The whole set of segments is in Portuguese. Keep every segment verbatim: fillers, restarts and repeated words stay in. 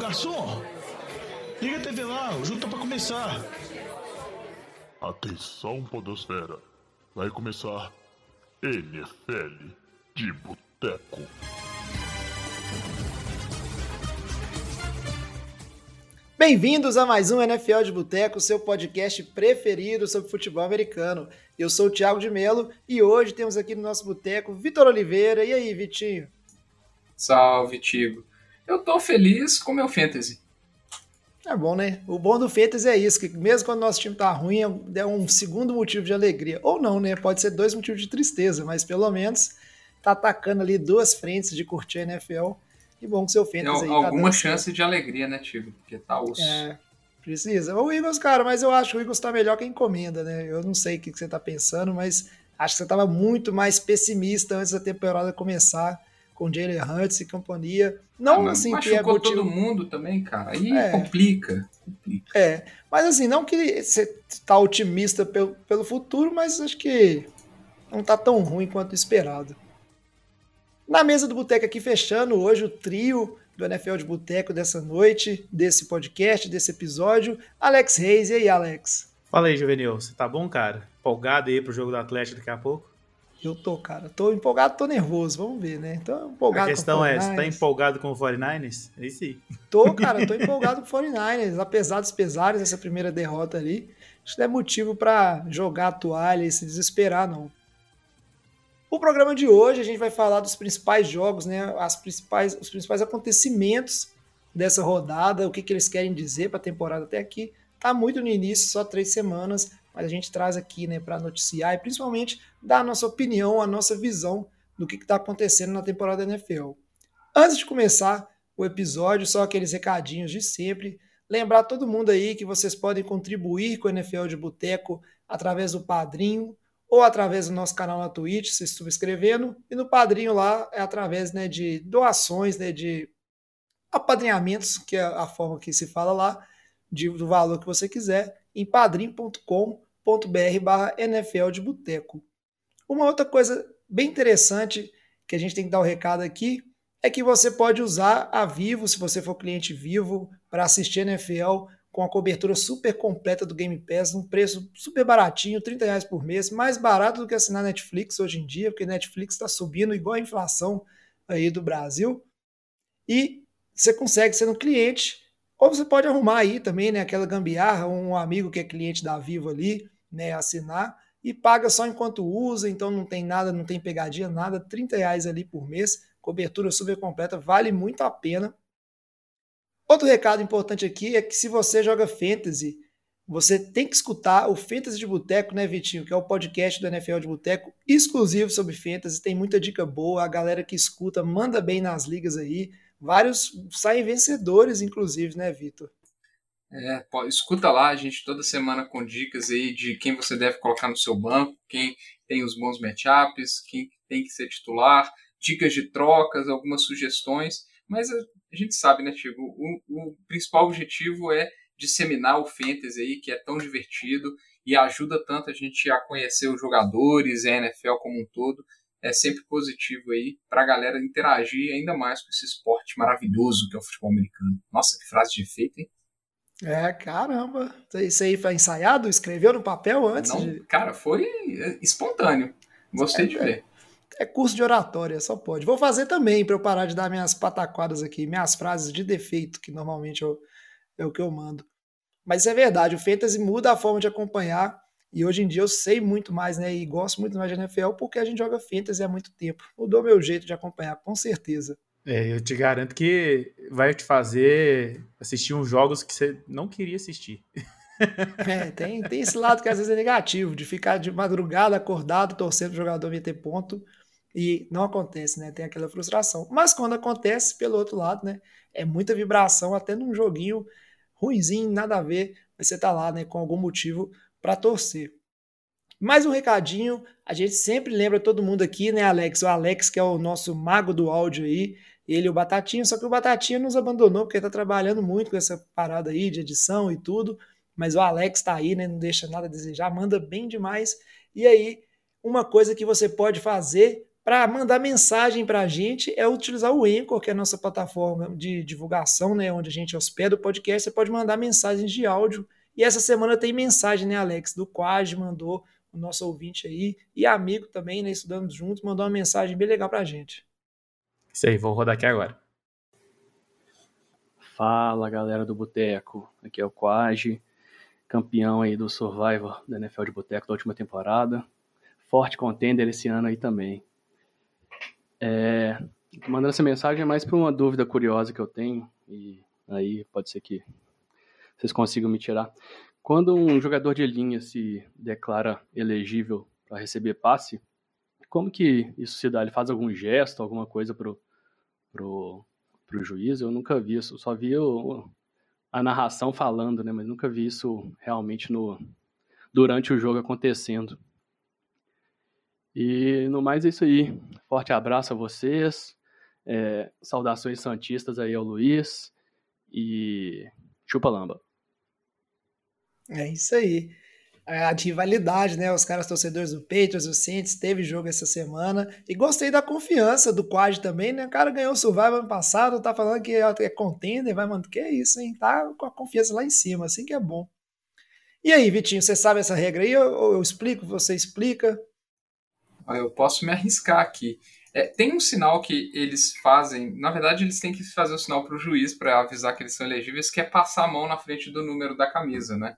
garçom, liga a T V lá, o jogo tá pra começar. Atenção, podosfera, vai começar N F L de Boteco. Bem-vindos a mais um N F L de Boteco, seu podcast preferido sobre futebol americano. Eu sou o Thiago de Melo e hoje temos aqui no nosso boteco Vitor Oliveira. E aí, Vitinho? Salve, Tigo. Eu tô feliz com o meu fantasy. É bom, né? O bom do fantasy é isso, que mesmo quando o nosso time tá ruim, é um segundo motivo de alegria. Ou não, né? Pode ser dois motivos de tristeza, mas pelo menos tá atacando ali duas frentes de curtir a N F L. Que bom que o seu fantasy Tem aí alguma tá chance de alegria, né, Tigo? Porque tá osso. É, precisa. O Eagles, cara, mas eu acho que o Eagles tá melhor que a encomenda, né? Eu não sei o que você tá pensando, mas acho que você tava muito mais pessimista antes da temporada começar, com Jalen Hurts e companhia. Não, ah, assim, mas que é machucou motivo... todo mundo também, cara. Aí É. complica, complica. É, mas assim, não que você tá otimista pelo, pelo futuro, mas acho que não tá tão ruim quanto esperado. Na mesa do Boteco aqui, fechando hoje o trio do N F L de Boteco dessa noite, desse podcast, desse episódio, Alex Reis. E aí, Alex? Fala aí, Juvenil. Você tá bom, cara? Empolgado aí pro jogo do Atlético daqui a pouco? Eu tô, cara. Tô empolgado, tô nervoso. Vamos ver, né? Tô empolgado a questão com o é, quarenta e nove ers. você tá empolgado com o quarenta e nove ers? É isso aí. Tô, cara. Tô empolgado com o quarenta e nove ers. Apesar dos pesares, essa primeira derrota ali, isso não é motivo pra jogar a toalha e se desesperar, não. O programa de hoje a gente vai falar dos principais jogos, né? As principais, os principais acontecimentos dessa rodada, o que, que eles querem dizer para a temporada até aqui. Tá muito no início, só três semanas, mas a gente traz aqui, né, para noticiar e principalmente dar a nossa opinião, a nossa visão do que está acontecendo na temporada da N F L. Antes de começar o episódio, só aqueles recadinhos de sempre. Lembrar todo mundo aí que vocês podem contribuir com o N F L de Boteco através do Padrinho, ou através do nosso canal na Twitch, se subscrevendo, e no Padrinho lá é através, né, de doações, né, de apadrinhamentos, que é a forma que se fala lá, de, do valor que você quiser, em padrim.com.br barra NFL de Boteco. Uma outra coisa bem interessante que a gente tem que dar o um recado aqui é que você pode usar a Vivo, se você for cliente Vivo, para assistir N F L com a cobertura super completa do Game Pass, num preço super baratinho, trinta reais por mês, mais barato do que assinar Netflix hoje em dia, porque Netflix está subindo igual a inflação aí do Brasil. E você consegue sendo cliente, ou você pode arrumar aí também, né, aquela gambiarra, um amigo que é cliente da Vivo ali, né, assinar, e paga só enquanto usa, então não tem nada, não tem pegadinha, nada, trinta reais ali por mês, cobertura super completa, vale muito a pena. Outro recado importante aqui é que se você joga Fantasy, você tem que escutar o Fantasy de Boteco, né, Vitinho? Que é o podcast do N F L de Boteco, exclusivo sobre Fantasy, tem muita dica boa, a galera que escuta manda bem nas ligas aí, vários saem vencedores, inclusive, né, Vitor? É, pô, escuta lá, a gente toda semana com dicas aí de quem você deve colocar no seu banco, quem tem os bons matchups, quem tem que ser titular, dicas de trocas, algumas sugestões, mas a, a gente sabe, né, Tiago, o, o principal objetivo é disseminar o Fantasy aí, que é tão divertido e ajuda tanto a gente a conhecer os jogadores, a N F L como um todo. É sempre positivo aí para a galera interagir ainda mais com esse esporte maravilhoso que é o futebol americano. Nossa, que frase de efeito, hein? É, caramba. Isso aí foi ensaiado? Escreveu no papel antes? Não, de... cara, foi espontâneo. Gostei é, de ver. É curso de oratória, só pode. Vou fazer também para eu parar de dar minhas pataquadas aqui, minhas frases de defeito, que normalmente eu, é o que eu mando. Mas isso é verdade, o Fantasy muda a forma de acompanhar e hoje em dia eu sei muito mais, né, e gosto muito mais de N F L porque a gente joga Fantasy há muito tempo. Mudou meu jeito de acompanhar, com certeza. É, eu te garanto que vai te fazer assistir uns jogos que você não queria assistir. É, tem, tem esse lado que às vezes é negativo, de ficar de madrugada acordado, torcendo o jogador meter ponto, e não acontece, né? Tem aquela frustração. Mas quando acontece, pelo outro lado, né? É muita vibração, até num joguinho ruinzinho, nada a ver, mas você tá lá, né? Com algum motivo para torcer. Mais um recadinho, a gente sempre lembra todo mundo aqui, né, Alex? O Alex, que é o nosso mago do áudio aí, ele e o Batatinha, só que o Batatinha nos abandonou, porque ele tá trabalhando muito com essa parada aí de edição e tudo, mas o Alex tá aí, né, não deixa nada a desejar, manda bem demais. E aí, uma coisa que você pode fazer para mandar mensagem para a gente é utilizar o Anchor, que é a nossa plataforma de divulgação, né, onde a gente hospeda o podcast. Você pode mandar mensagens de áudio. E essa semana tem mensagem, né, Alex? Do Quad mandou, o nosso ouvinte aí, e amigo também, né, estudando juntos, mandou uma mensagem bem legal para a gente. Isso aí, vou rodar aqui agora. Fala, galera do Boteco. Aqui é o Quad, campeão aí do Survivor da N F L de Boteco da última temporada. Forte contender esse ano aí também. É, mandando essa mensagem é mais para uma dúvida curiosa que eu tenho, e aí pode ser que vocês consigam me tirar. Quando um jogador de linha se declara elegível para receber passe, como que isso se dá? Ele faz algum gesto, alguma coisa pro, pro, pro juiz? Eu nunca vi isso, só vi o, a narração falando, né? Mas nunca vi isso realmente no, durante o jogo acontecendo. E no mais é isso aí. Forte abraço a vocês. É, saudações santistas aí ao Luiz. E chupa lamba. É isso aí. A rivalidade, né? Os caras torcedores do Patriots, o Saints, teve jogo essa semana. E gostei da confiança do Quad também, né? O cara ganhou o Survivor ano passado, tá falando que é contender, vai mandar. Que é isso, hein? Tá com a confiança lá em cima, assim que é bom. E aí, Vitinho, você sabe essa regra aí? Ou eu, eu explico, você explica? Eu posso me arriscar aqui. É, tem um sinal que eles fazem, na verdade eles têm que fazer um sinal para o juiz para avisar que eles são elegíveis, que é passar a mão na frente do número da camisa, né?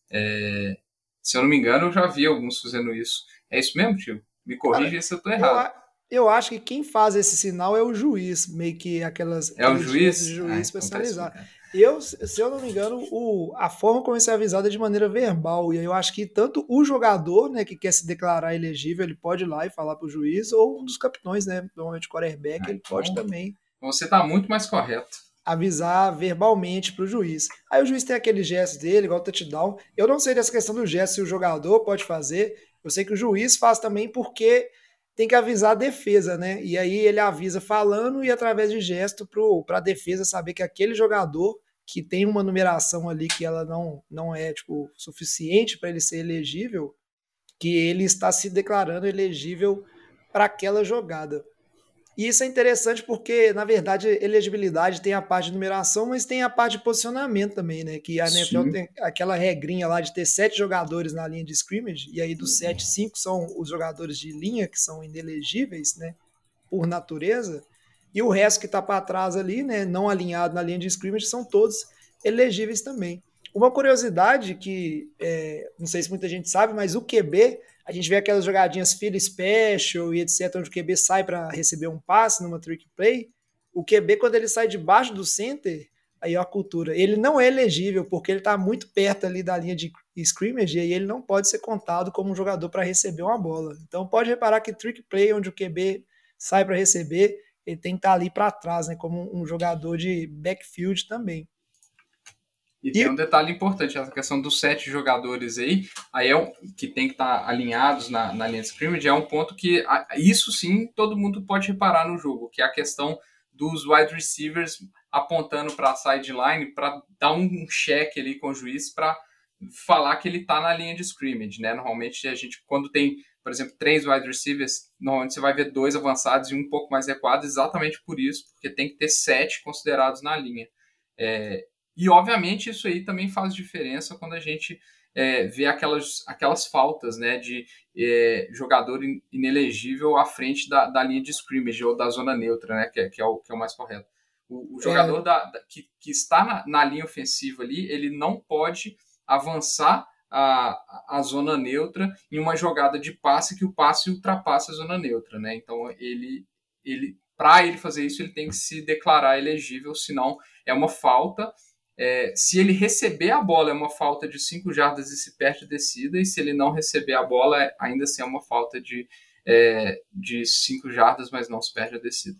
É, se eu não me engano, eu já vi alguns fazendo isso. É isso mesmo, tio? Me corrija se eu estou errado. Eu, eu acho que quem faz esse sinal é o juiz, meio que aquelas... É o juiz? De juiz ah, especializado. Então tá, eu, se eu não me engano, o, a forma como isso é avisado é de maneira verbal, e eu acho que tanto o jogador, né, que quer se declarar elegível, ele pode ir lá e falar pro juiz, ou um dos capitães, né, normalmente o quarterback, ah, ele então, pode também... Você tá muito mais correto. Avisar verbalmente pro juiz. Aí o juiz tem aquele gesto dele, igual o touchdown. Eu não sei dessa questão do gesto se o jogador pode fazer, eu sei que o juiz faz também porque tem que avisar a defesa, né, e aí ele avisa falando e através de gesto para a defesa saber que aquele jogador que tem uma numeração ali que ela não, não é tipo, suficiente para ele ser elegível, que ele está se declarando elegível para aquela jogada. E isso é interessante porque, na verdade, elegibilidade tem a parte de numeração, mas tem a parte de posicionamento também, né? Que a N F L tem aquela regrinha lá de ter sete jogadores na linha de scrimmage, e aí dos sete, cinco são os jogadores de linha, que são inelegíveis, né? Por natureza. E o resto que está para trás ali, né, não alinhado na linha de scrimmage, são todos elegíveis também. Uma curiosidade que, é, não sei se muita gente sabe, mas o Q B, a gente vê aquelas jogadinhas Philly Special e etcétera, onde o Q B sai para receber um passe numa trick play. O Q B, quando ele sai debaixo do center, aí ó, a cultura, ele não é elegível, porque ele está muito perto ali da linha de scrimmage, e aí ele não pode ser contado como um jogador para receber uma bola. Então pode reparar que trick play, onde o Q B sai para receber, ele tem que estar ali para trás, né, como um jogador de backfield também. E, e tem um detalhe importante, essa questão dos sete jogadores aí, aí é um, que tem que estar alinhados na, na linha de scrimmage, é um ponto que, a, isso sim, todo mundo pode reparar no jogo, que é a questão dos wide receivers apontando para a sideline, para dar um check ali com o juiz, para falar que ele está na linha de scrimmage, né? Normalmente a gente, quando tem, por exemplo, três wide receivers, normalmente você vai ver dois avançados e um pouco mais recuado, exatamente por isso, porque tem que ter sete considerados na linha. É, e, obviamente, isso aí também faz diferença quando a gente é, vê aquelas, aquelas faltas, né, de é, jogador inelegível à frente da, da linha de scrimmage ou da zona neutra, né, que é, que é, o, que é o mais correto. O, o jogador é. da, da, que, que está na, na linha ofensiva ali, ele não pode avançar A, a zona neutra em uma jogada de passe que o passe ultrapassa a zona neutra, né? Então, ele, ele, para ele fazer isso, ele tem que se declarar elegível, senão é uma falta. É, se ele receber a bola, é uma falta de cinco jardas e se perde a descida, e se ele não receber a bola, ainda assim é uma falta de, é, de cinco jardas, mas não se perde a descida.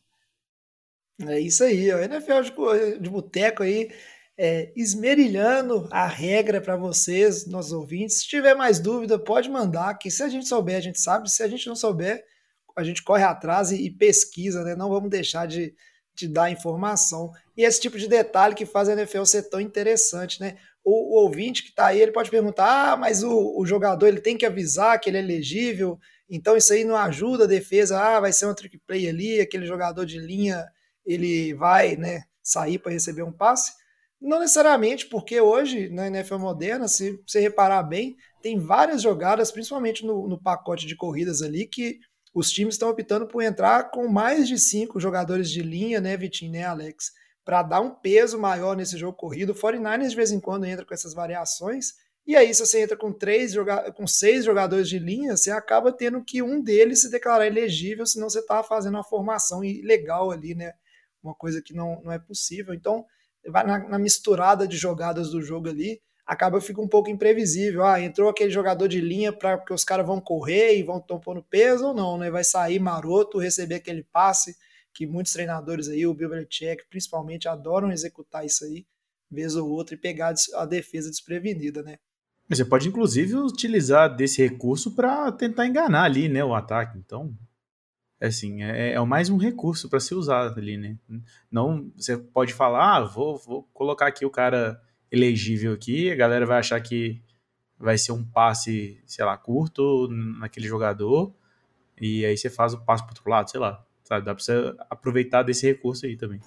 É isso aí, ó. N F L de, de boteco aí, É, esmerilhando a regra para vocês, nossos ouvintes. Se tiver mais dúvida, pode mandar, que se a gente souber, a gente sabe. Se a gente não souber, a gente corre atrás e, e pesquisa, né? Não vamos deixar de, de dar informação. E esse tipo de detalhe que faz a N F L ser tão interessante, né? O, o ouvinte que está aí, ele pode perguntar, ah, mas o, o jogador ele tem que avisar que ele é elegível, Então isso aí não ajuda a defesa, ah, vai ser uma trick play ali, aquele jogador de linha, ele vai, né, sair para receber um passe. Não necessariamente, porque hoje, na N F L moderna, se você reparar bem, tem várias jogadas, principalmente no, no pacote de corridas ali, que os times estão optando por entrar com mais de cinco jogadores de linha, né, Vitinho, né, Alex? Para dar um peso maior nesse jogo corrido. O quarenta e nine ers de vez em quando entra com essas variações, e aí se você entra com, três, com seis jogadores de linha, você acaba tendo que um deles se declarar elegível, senão você está fazendo uma formação ilegal ali, né? Uma coisa que não, não é possível. Então, vai na, na misturada de jogadas do jogo ali, acaba fica um pouco imprevisível. Ah, entrou aquele jogador de linha para que os caras vão correr e vão estão pondo peso ou não, né? Vai sair maroto, receber aquele passe que muitos treinadores aí, o Bill Belichick principalmente, adoram executar isso aí, vez ou outra, e pegar a defesa desprevenida, né? Você pode, inclusive, utilizar desse recurso para tentar enganar ali, né, o ataque. Então, assim, é, é mais um recurso para ser usado ali, né? Não, você pode falar, ah, vou, vou colocar aqui o cara elegível aqui, a galera vai achar que vai ser um passe, sei lá, curto naquele jogador, e aí você faz o passe pro outro lado, sei lá, sabe? Dá pra você aproveitar desse recurso aí também.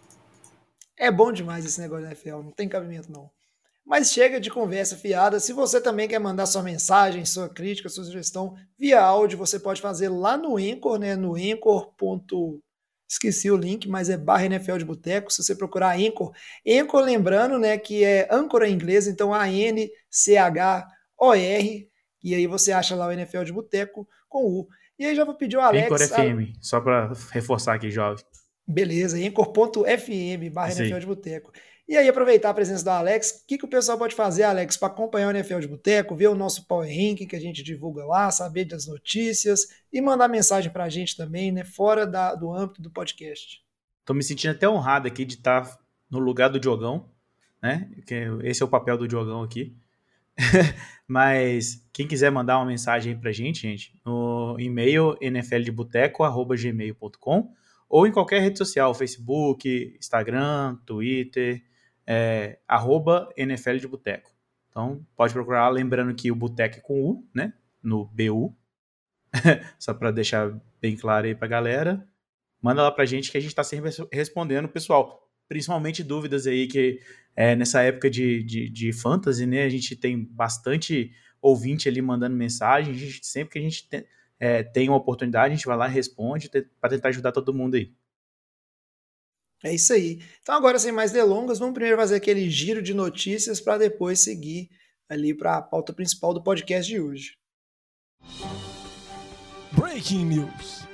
É bom demais esse negócio da N F L, não tem cabimento não. Mas chega de conversa fiada. Se você também quer mandar sua mensagem, sua crítica, sua sugestão via áudio, você pode fazer lá no Anchor, né? No Anchor. Esqueci o link, mas é barra N F L de Boteco. Se você procurar Anchor, Anchor, lembrando, né, que é âncora em inglês, então A N C H O R, e aí você acha lá o N F L de Boteco com U. E aí já vou pedir o Alex. Anchor F M, a... só para reforçar aqui, jovem. Beleza, Anchor ponto F M, barra N F L de Boteco. E aí, aproveitar a presença do Alex, o que, que o pessoal pode fazer, Alex, para acompanhar o N F L de Boteco, ver o nosso Power Ranking que a gente divulga lá, saber das notícias e mandar mensagem para a gente também, né, fora da, do âmbito do podcast. Tô me sentindo até honrado aqui de estar no lugar do Diogão, né? Esse é o papel do Diogão aqui. Mas quem quiser mandar uma mensagem para a gente, gente, no e-mail n f l de boteco arroba gmail ponto com ou em qualquer rede social, Facebook, Instagram, Twitter, é, arroba N F L de Boteco. Então, pode procurar, lembrando que o Boteco é com U, né? No B U. Só para deixar bem claro aí pra galera. Manda lá pra gente que a gente tá sempre respondendo, pessoal. Principalmente dúvidas aí que é, nessa época de, de, de fantasy, né? A gente tem bastante ouvinte ali mandando mensagem. A gente, sempre que a gente tem, é, tem uma oportunidade, a gente vai lá e responde para tentar ajudar todo mundo aí. É isso aí. Então agora, sem mais delongas, vamos primeiro fazer aquele giro de notícias para depois seguir ali para a pauta principal do podcast de hoje. Breaking News.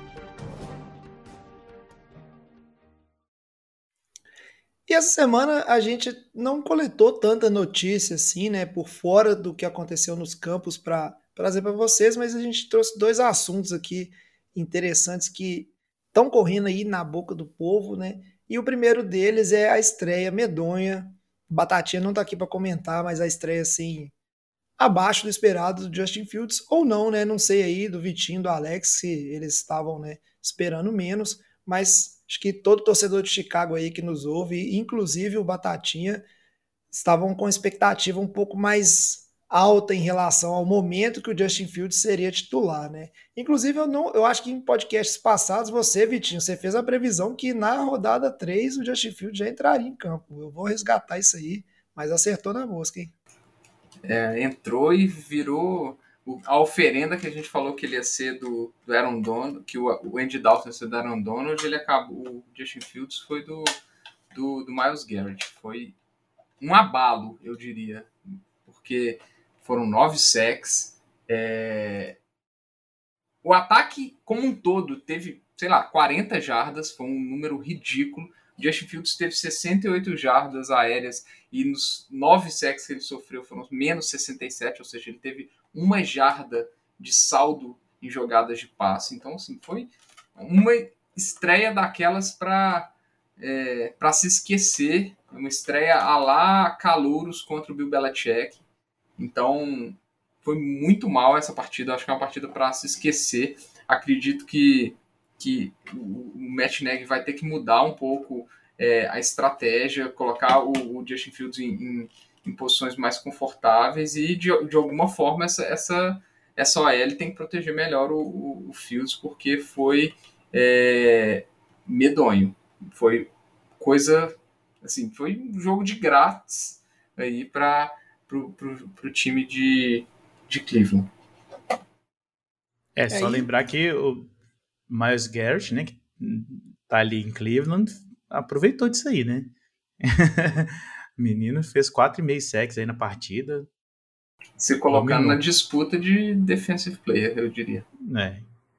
E essa semana a gente não coletou tanta notícia assim, né, por fora do que aconteceu nos campos para trazer para vocês, mas a gente trouxe dois assuntos aqui interessantes que estão correndo aí na boca do povo, né? E o primeiro deles é a estreia medonha. Batatinha não tá aqui para comentar, mas a estreia assim abaixo do esperado do Justin Fields ou não, né? Não sei aí do Vitinho, do Alex, se eles estavam, né, esperando menos, mas acho que todo torcedor de Chicago aí que nos ouve, inclusive o Batatinha, estavam com expectativa um pouco mais alta em relação ao momento que o Justin Fields seria titular, né? Inclusive, eu, não, eu acho que em podcasts passados, você, Vitinho, você fez a previsão que na rodada três o Justin Fields já entraria em campo. Eu vou resgatar isso aí, mas acertou na mosca, hein? É, entrou e virou a oferenda que a gente falou que ele ia ser do, do Aaron Donald, que o, o Andy Dalton ia ser do Aaron Donald, ele acabou, o Justin Fields foi do, do, do Myles Garrett. Foi um abalo, eu diria, porque foram nove sacks. É... O ataque como um todo teve, sei lá, quarenta jardas, foi um número ridículo. O Justin Fields teve sessenta e oito jardas aéreas e nos nove sacks que ele sofreu foram menos sessenta e sete, ou seja, ele teve uma jarda de saldo em jogadas de passe. Então, assim, foi uma estreia daquelas para é, para se esquecer, uma estreia à la calouros contra o Bill Belichick. Então, foi muito mal essa partida. Acho que é uma partida para se esquecer. Acredito que, que o, o Matt Nagy vai ter que mudar um pouco é, a estratégia, colocar o, o Justin Fields em, em, em posições mais confortáveis e, de, de alguma forma, essa, essa, essa O L tem que proteger melhor o, o, o Fields, porque foi é, medonho. Foi coisa, assim, foi um jogo de grátis aí para o time de, de Cleveland. É, só Aí- lembrar que o Myles Garrett, né, que tá ali em Cleveland, aproveitou disso aí, né? O menino fez quatro e meio sacks aí na partida. Se colocando Dominou. na disputa de defensive player, eu diria. É,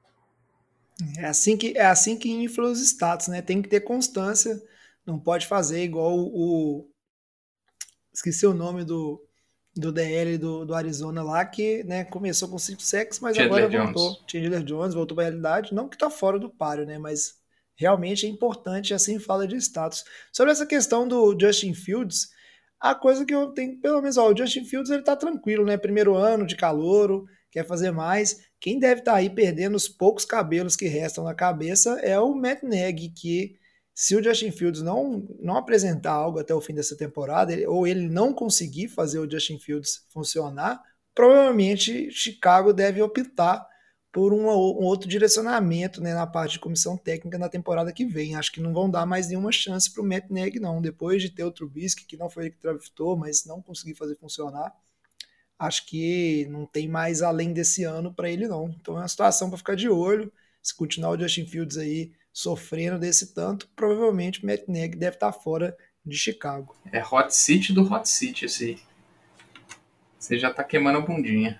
É assim que é assim que infla os status, né? Tem que ter constância, não pode fazer igual o, o- esqueci o nome do, do D L do, do Arizona lá, que né, começou com cinco sacks, mas Chandler agora voltou. Jones. Chandler Jones voltou para a realidade, não que tá fora do páreo, né? Mas realmente é importante, assim fala de status. Sobre essa questão do Justin Fields, a coisa que eu tenho, pelo menos, ó, o Justin Fields ele tá tranquilo, né? Primeiro ano de calouro, quer fazer mais. Quem deve estar aí perdendo os poucos cabelos que restam na cabeça é o Matt Nagy, que se o Justin Fields não, não apresentar algo até o fim dessa temporada, ele- ou ele não conseguir fazer o Justin Fields funcionar, provavelmente Chicago deve optar por uma, um outro direcionamento, né, na parte de comissão técnica na temporada que vem. Acho que não vão dar mais nenhuma chance para o Matt Nagy, não. Depois de ter o Trubisky, que não foi ele que draftou, mas não conseguiu fazer funcionar, acho que não tem mais além desse ano para ele, não. Então é uma situação para ficar de olho. Se continuar o Justin Fields aí sofrendo desse tanto, provavelmente o Matt Nagy deve estar fora de Chicago. É hot seat do hot seat esse aí. Você já tá queimando a bundinha.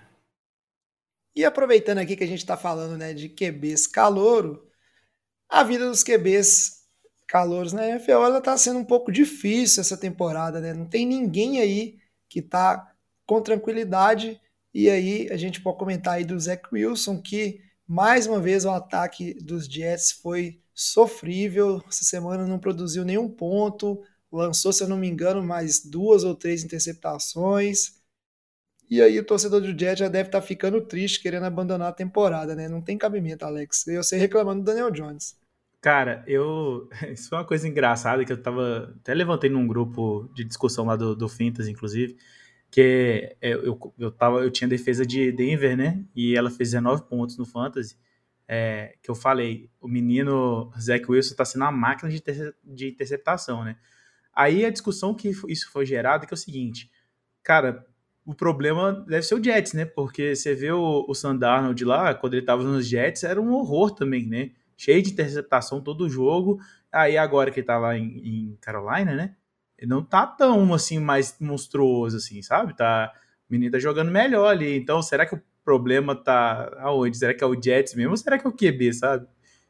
E aproveitando aqui que a gente está falando, né, de Q Bs calouro, a vida dos Q Bs calouros na N F L ela tá sendo um pouco difícil essa temporada, né? Não tem ninguém aí que tá com tranquilidade. E aí a gente pode comentar aí do Zach Wilson, que mais uma vez o ataque dos Jets foi sofrível. Essa semana não produziu nenhum ponto, lançou, se eu não me engano, mais duas ou três interceptações. E aí o torcedor do Jets já deve estar ficando triste, querendo abandonar a temporada, né? Não tem cabimento, Alex. Eu sei reclamando do Daniel Jones. cara, eu. Isso foi uma coisa engraçada que eu tava. Até levantei num grupo de discussão lá do, do Fintas, inclusive. Que eu, eu, eu, tava, eu tinha defesa de Denver, né? E ela fez dezenove pontos no Fantasy. É, que eu falei, o menino Zach Wilson tá sendo uma máquina de, interce- de interceptação, né? Aí a discussão que isso foi gerada é que é o seguinte, cara, o problema deve ser o Jets, né? Porque você vê o, o Sam Darnold lá, quando ele tava nos Jets, era um horror também, né? Cheio de interceptação todo jogo. Aí agora que ele tá lá em, em Carolina, né? Ele não tá tão, assim, mais monstruoso, assim, sabe? Tá, o menino tá jogando melhor ali. Então, será que o problema tá aonde? Será que é o Jets mesmo ou será que é o Q B, sabe?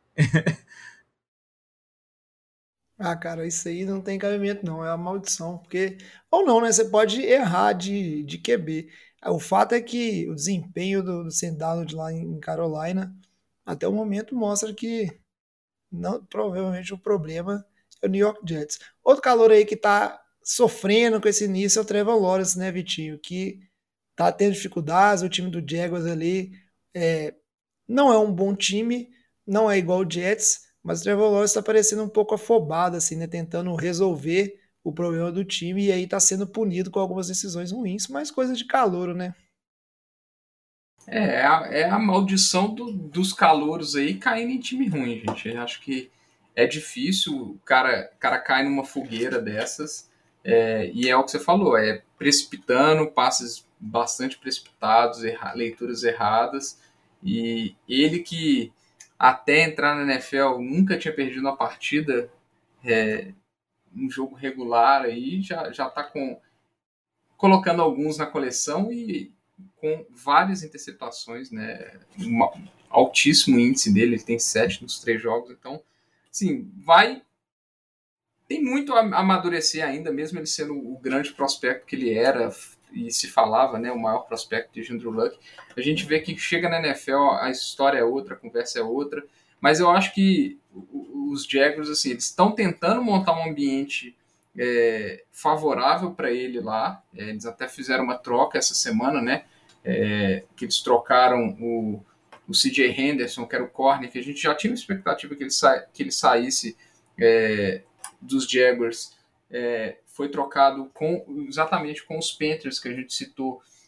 Ah, cara, isso aí não tem cabimento, não. É uma maldição. Porque. Ou não, né? Você pode errar de, de Q B. O fato é que o desempenho do, do Sam Darnold lá em Carolina, até o momento, mostra que não, provavelmente o problema é o New York Jets. Outro calor aí que tá sofrendo com esse início é o Trevor Lawrence, né, Vitinho? Que tá tendo dificuldades. O time do Jaguars ali é, não é um bom time, não é igual o Jets, mas o Trevor Lawrence está parecendo um pouco afobado, assim, né? Tentando resolver o problema do time e aí tá sendo punido com algumas decisões ruins, mas coisa de calouro, né? É, é a, é a maldição do- dos calouros aí caindo em time ruim, gente. Eu acho que é difícil, o cara, o cara cai numa fogueira dessas, é, e é o que você falou, é precipitando, passes bastante precipitados, erra- leituras erradas, e ele que até entrar na N F L nunca tinha perdido uma partida, é, um jogo regular aí, já, já tá com, colocando alguns na coleção e com várias interceptações, né? Um altíssimo índice dele, ele tem sete nos três jogos, então, assim, vai. Tem muito a amadurecer ainda, mesmo ele sendo o grande prospecto que ele era e se falava, né, o maior prospecto de Andrew Luck. A gente vê que chega na N F L, a história é outra, a conversa é outra, mas eu acho que os Jaguars, assim, eles estão tentando montar um ambiente é, favorável para ele lá. É, eles até fizeram uma troca essa semana, né? É, que eles trocaram o, o C J Henderson, que era o corner, que a gente já tinha uma expectativa que ele, sa que ele saísse é, dos Jaguars, é, foi trocado com, exatamente com os Panthers que a gente citou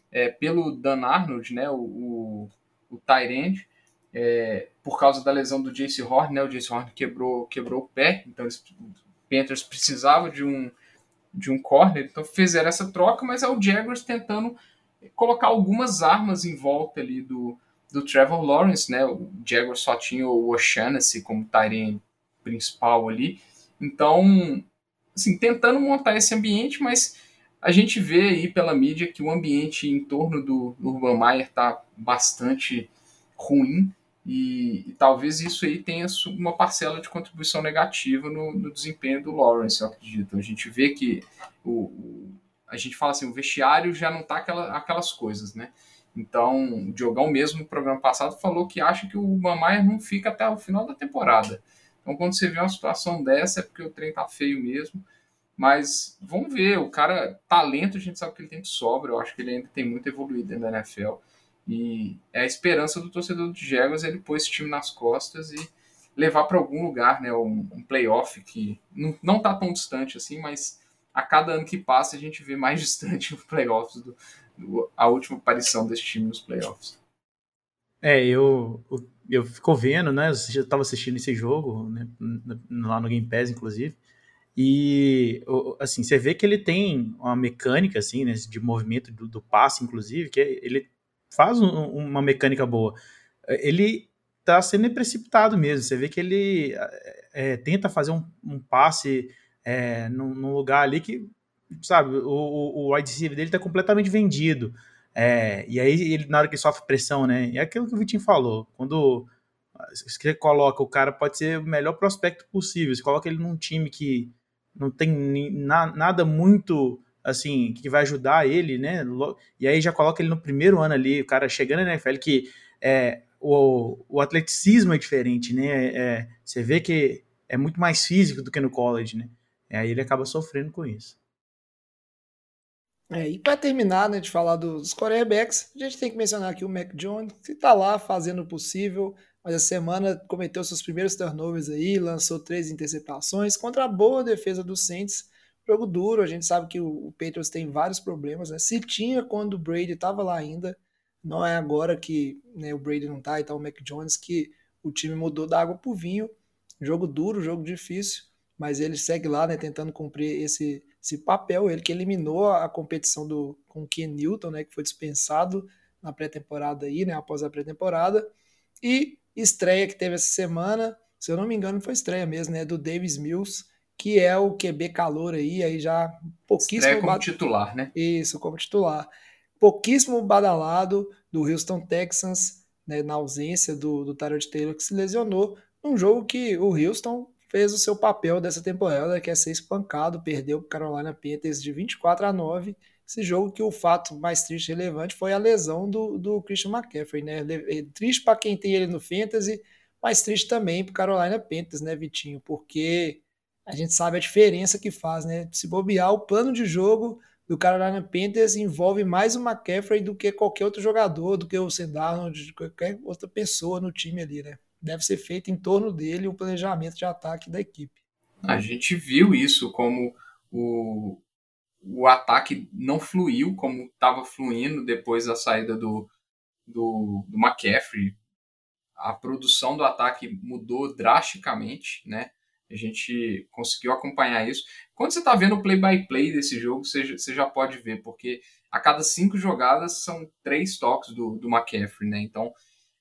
é, pelo Dan Arnold, né, o, o, o tight end, é, por causa da lesão do Jaycee Horn, né, o Jaycee Horn quebrou, quebrou o pé, então eles, o Panthers precisava de um, de um corner, então fizeram essa troca, mas é o Jaguars tentando colocar algumas armas em volta ali do, do Trevor Lawrence, né, o Jaguars só tinha o O'Shaughnessy como tight end principal ali, então, assim, tentando montar esse ambiente, mas a gente vê aí pela mídia que o ambiente em torno do, do Urban Meyer está bastante ruim e, e talvez isso aí tenha uma parcela de contribuição negativa no, no desempenho do Lawrence, eu acredito. A gente vê que o, o, a gente fala assim, o vestiário já não está aquela, aquelas coisas, né? Então, o Diogão mesmo no programa passado falou que acha que o Urban Meyer não fica até o final da temporada. Então, quando você vê uma situação dessa, é porque o trem tá feio mesmo. Mas vamos ver, o cara, talento, a gente sabe que ele tem de sobra, eu acho que ele ainda tem muito evoluído dentro da N F L. E é a esperança do torcedor de Jaguars ele pôr esse time nas costas e levar para algum lugar, né, um, um playoff que não, não tá tão distante assim, mas a cada ano que passa a gente vê mais distante os playoffs, do, do, a última aparição desse time nos playoffs. É, eu, eu, eu fico vendo, né, eu estava assistindo esse jogo, né, lá no Game Pass, inclusive, e, assim, você vê que ele tem uma mecânica, assim, né, de movimento do, do passe, inclusive, que ele faz um, uma mecânica boa. Ele tá sendo precipitado mesmo, você vê que ele é, tenta fazer um, um passe é, num, num lugar ali que, sabe, o, o wide receiver dele tá completamente vendido. É, e aí, ele, na hora que ele sofre pressão, né, é aquilo que o Vitinho falou, quando você coloca o cara, pode ser o melhor prospecto possível, você coloca ele num time que não tem na, nada muito, assim, que vai ajudar ele, né, e aí já coloca ele no primeiro ano ali, o cara chegando na N F L, que é, o, o atleticismo é diferente, né, é, você vê que é muito mais físico do que no college, né, e aí ele acaba sofrendo com isso. É, e para terminar, né, de falar dos quarterbacks, a gente tem que mencionar aqui o Mac Jones, que está lá fazendo o possível, mas a semana cometeu seus primeiros turnovers aí, lançou três interceptações contra a boa defesa do Saints. Jogo duro, a gente sabe que o Patriots tem vários problemas, né? Se tinha quando o Brady estava lá ainda, não é agora que, né, o Brady não tá e tá o Mac Jones que o time mudou da água pro vinho. Jogo duro, jogo difícil, mas ele segue lá, né, tentando cumprir esse, esse papel. Ele que eliminou a competição do, com o Ken Newton, né, que foi dispensado na pré-temporada aí, né, após a pré-temporada. E estreia que teve essa semana, se eu não me engano, foi estreia mesmo, né? Do Davis Mills, que é o Q B calor aí, aí já pouquíssimo... Estreia como bad... titular, né? Isso, como titular. Pouquíssimo badalado do Houston Texans, né, na ausência do, do Tyrod Taylor, que se lesionou, num jogo que o Houston fez o seu papel dessa temporada, que é ser espancado, perdeu para o Carolina Panthers de vinte e quatro a nove. Esse jogo que o fato mais triste e relevante foi a lesão do, do Christian McCaffrey, né? Triste para quem tem ele no Fantasy, mas triste também para o Carolina Panthers, né, Vitinho? Porque a gente sabe a diferença que faz, né? Se bobear, o plano de jogo do Carolina Panthers envolve mais o McCaffrey do que qualquer outro jogador, do que o Sam Darnold, de qualquer outra pessoa no time ali, né? Deve ser feito em torno dele o planejamento de ataque da equipe. A gente viu isso como o, o ataque não fluiu como estava fluindo depois da saída do, do, do McCaffrey. A produção do ataque mudou drasticamente, né? A gente conseguiu acompanhar isso. Quando você está vendo o play-by-play desse jogo, você, você já pode ver, porque a cada cinco jogadas são três toques do, do McCaffrey, né? Então,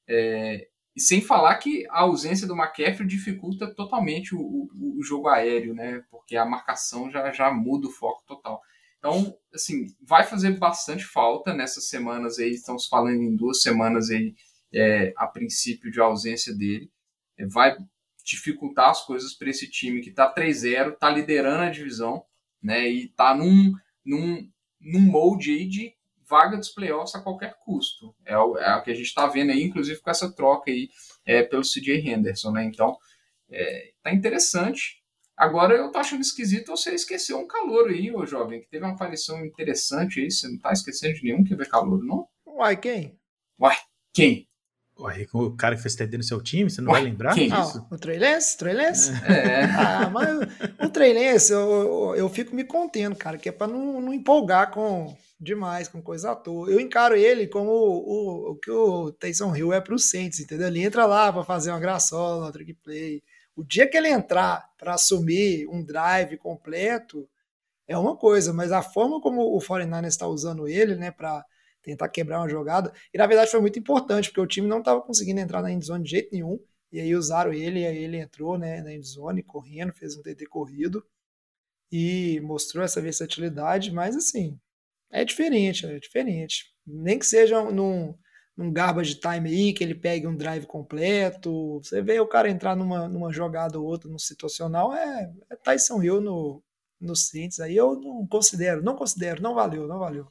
é, e sem falar que a ausência do McCaffrey dificulta totalmente o, o, o jogo aéreo, né? Porque a marcação já, já muda o foco total. Então, assim, vai fazer bastante falta nessas semanas aí, estamos falando em duas semanas aí, é, a princípio de ausência dele. É, vai dificultar as coisas para esse time que está três a zero, está liderando a divisão, né? E está num, num, num molde aí de vaga dos playoffs a qualquer custo. É o, é o que a gente está vendo aí, inclusive com essa troca aí é, pelo C J Henderson, né? Então, é, tá interessante. Agora eu tô achando esquisito você esquecer um calouro aí, ô jovem, que teve uma aparição interessante aí. Você não tá esquecendo de nenhum que vê calouro, não? Uai, quem? Uai, quem? Ué, o cara que fez T D no seu time, você não Ué, vai lembrar disso? Não, o Trey Lance? Trey Lance? É. Ah, mas o Trey Lance, eu, eu, eu fico me contendo, cara, que é pra não, não empolgar com demais, com coisa à toa. Eu encaro ele como o, o, o que o Taysom Hill é pro Saints, entendeu? Ele entra lá pra fazer uma graçola, uma trick play. O dia que ele entrar pra assumir um drive completo é uma coisa, mas a forma como o quarenta e nine ers está usando ele, né, pra tentar quebrar uma jogada, e na verdade foi muito importante, porque o time não estava conseguindo entrar na endzone de jeito nenhum, e aí usaram ele, e aí ele entrou, né, na endzone, correndo, fez um T D corrido, e mostrou essa versatilidade, mas assim, é diferente, é diferente. Nem que seja num, num garbage time aí, que ele pegue um drive completo, você vê o cara entrar numa, numa jogada ou outra, no situacional, é, é Taysom Hill no, no Saints, aí eu não considero, não considero, não valeu, não valeu.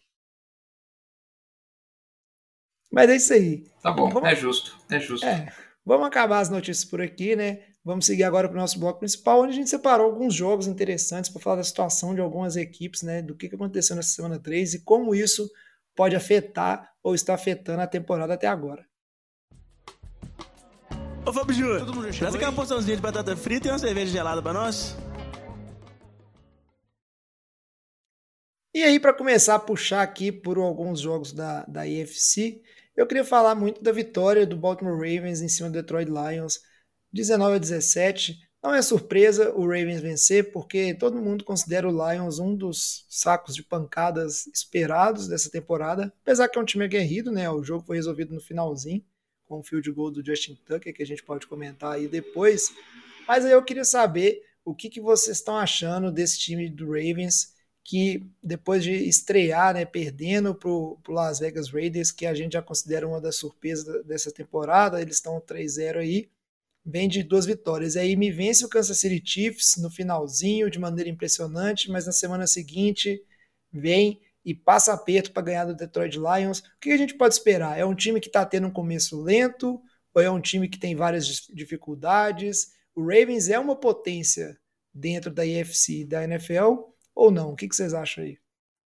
Mas é isso aí. Tá bom, vamos, é justo, é justo. É, vamos acabar as notícias por aqui, né? Vamos seguir agora para o nosso bloco principal, onde a gente separou alguns jogos interessantes para falar da situação de algumas equipes, né? Do que aconteceu nessa semana três e como isso pode afetar ou está afetando a temporada até agora. Ô Fábio Júnior, traz aqui uma porçãozinha de batata frita e uma cerveja gelada para nós. E aí, para começar a puxar aqui por alguns jogos da, da A F C, eu queria falar muito da vitória do Baltimore Ravens em cima do Detroit Lions, dezenove a dezessete. Não é surpresa o Ravens vencer, porque todo mundo considera o Lions um dos sacos de pancadas esperados dessa temporada, apesar que é um time aguerrido, né? O jogo foi resolvido no finalzinho, com o field goal do Justin Tucker, que a gente pode comentar aí depois. Mas aí eu queria saber o que, que vocês estão achando desse time do Ravens, que depois de estrear, né, perdendo para o Las Vegas Raiders, que a gente já considera uma das surpresas dessa temporada, eles estão três a zero aí, vem de duas vitórias. E aí me vence o Kansas City Chiefs no finalzinho, de maneira impressionante, mas na semana seguinte vem e passa aperto para ganhar do Detroit Lions. O que a gente pode esperar? É um time que está tendo um começo lento, ou é um time que tem várias dificuldades? O Ravens é uma potência dentro da A F C e da N F L, ou não? O que vocês acham aí?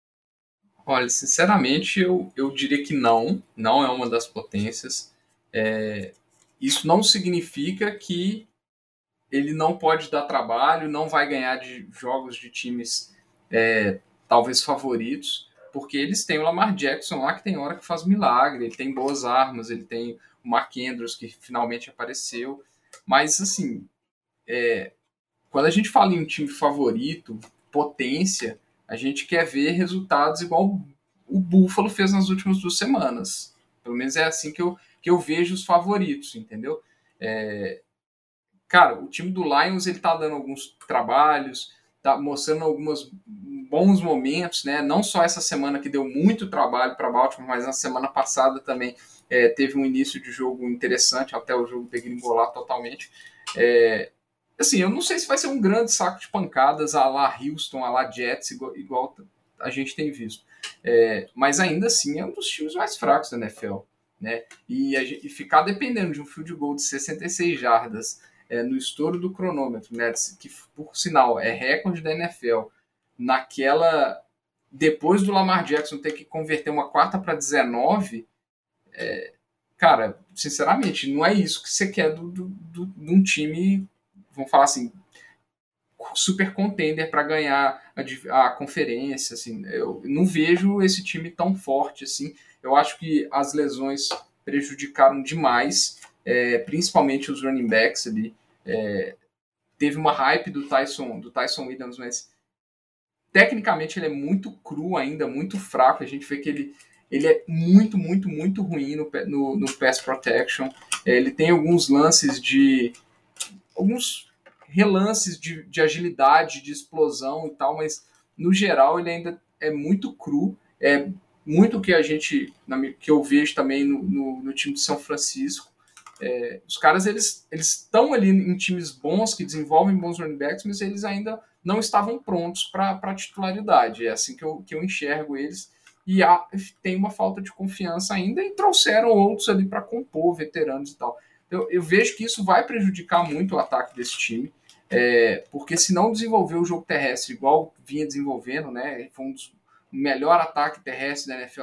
Olha, sinceramente, eu, eu diria que não. Não é uma das potências. É, isso não significa que ele não pode dar trabalho, não vai ganhar de jogos de times é, talvez favoritos, porque eles têm o Lamar Jackson lá, que tem hora que faz milagre, ele tem boas armas, ele tem o Mark Andrews, que finalmente apareceu. Mas, assim, é, quando a gente fala em um time favorito, potência, a gente quer ver resultados igual o Buffalo fez nas últimas duas semanas. Pelo menos é assim que eu, que eu vejo os favoritos, entendeu? É, cara, o time do Lions ele tá dando alguns trabalhos, tá mostrando alguns bons momentos, né? Não só essa semana que deu muito trabalho para Baltimore, mas na semana passada também é, teve um início de jogo interessante, até o jogo degringolar totalmente. É, assim, eu não sei se vai ser um grande saco de pancadas a lá Houston, a lá Jets, igual, igual a gente tem visto. É, mas ainda assim é um dos times mais fracos da N F L. Né? E, a, e ficar dependendo de um field goal de sessenta e seis jardas é, no estouro do cronômetro, né? Que por sinal é recorde da N F L, naquela... depois do Lamar Jackson ter que converter uma quarta para dezenove, é, cara, sinceramente, não é isso que você quer do, do, do, de um time, vamos falar assim, super contender para ganhar a, a conferência. Assim, eu não vejo esse time tão forte assim. Eu acho que as lesões prejudicaram demais, é, principalmente os running backs ali. É, teve uma hype do Tyson, do Tyson Williams, mas tecnicamente ele é muito cru ainda, muito fraco. A gente vê que ele, ele é muito, muito, muito ruim no, no, no pass protection. É, ele tem alguns lances de... alguns relances de, de agilidade, de explosão e tal, mas no geral ele ainda é muito cru. É muito que a gente, que eu vejo também no, no, no time de São Francisco. É, os caras, eles estão ali em times bons, que desenvolvem bons running backs, mas eles ainda não estavam prontos para a titularidade. É assim que eu, que eu enxergo eles. E há, tem uma falta de confiança ainda, e trouxeram outros ali para compor, veteranos e tal. Eu, eu vejo que isso vai prejudicar muito o ataque desse time, é, porque se não desenvolver o jogo terrestre igual vinha desenvolvendo, né, foi um dos melhor ataque terrestre da N F L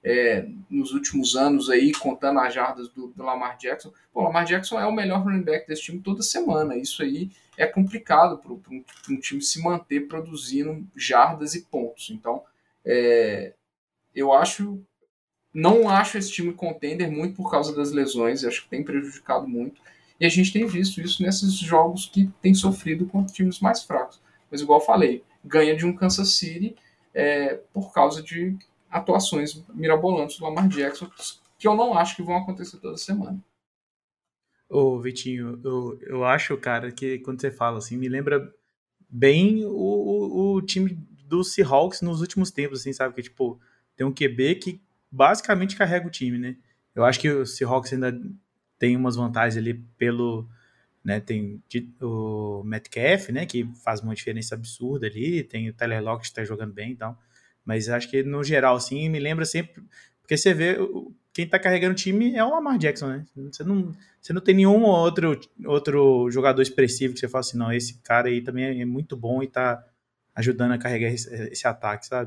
é, nos últimos anos aí, contando as jardas do, do Lamar Jackson. Pô, o Lamar Jackson é o melhor running back desse time toda semana. Isso aí é complicado para um, um time se manter produzindo jardas e pontos. Então, é, eu acho, não acho esse time contender muito por causa das lesões. Acho que tem prejudicado muito. E a gente tem visto isso nesses jogos que tem sofrido contra times mais fracos. Mas, igual eu falei, ganha de um Kansas City é, por causa de atuações mirabolantes do Lamar Jackson, que eu não acho que vão acontecer toda semana. Ô, Vitinho, eu, eu acho, cara, que quando você fala assim, me lembra bem o, o, o time do Seahawks nos últimos tempos, assim, sabe? Que, tipo, tem um Q B que basicamente carrega o time, né? Eu acho que o Seahawks ainda tem umas vantagens ali pelo... Né, tem o Metcalf, né, que faz uma diferença absurda ali, tem o Tyler Lockett que está jogando bem e tal, mas acho que no geral, assim, me lembra sempre, porque você vê, quem está carregando o time é o Lamar Jackson, né, você não, você não tem nenhum outro, outro jogador expressivo que você fala assim, não, esse cara aí também é muito bom e está ajudando a carregar esse, esse ataque, sabe?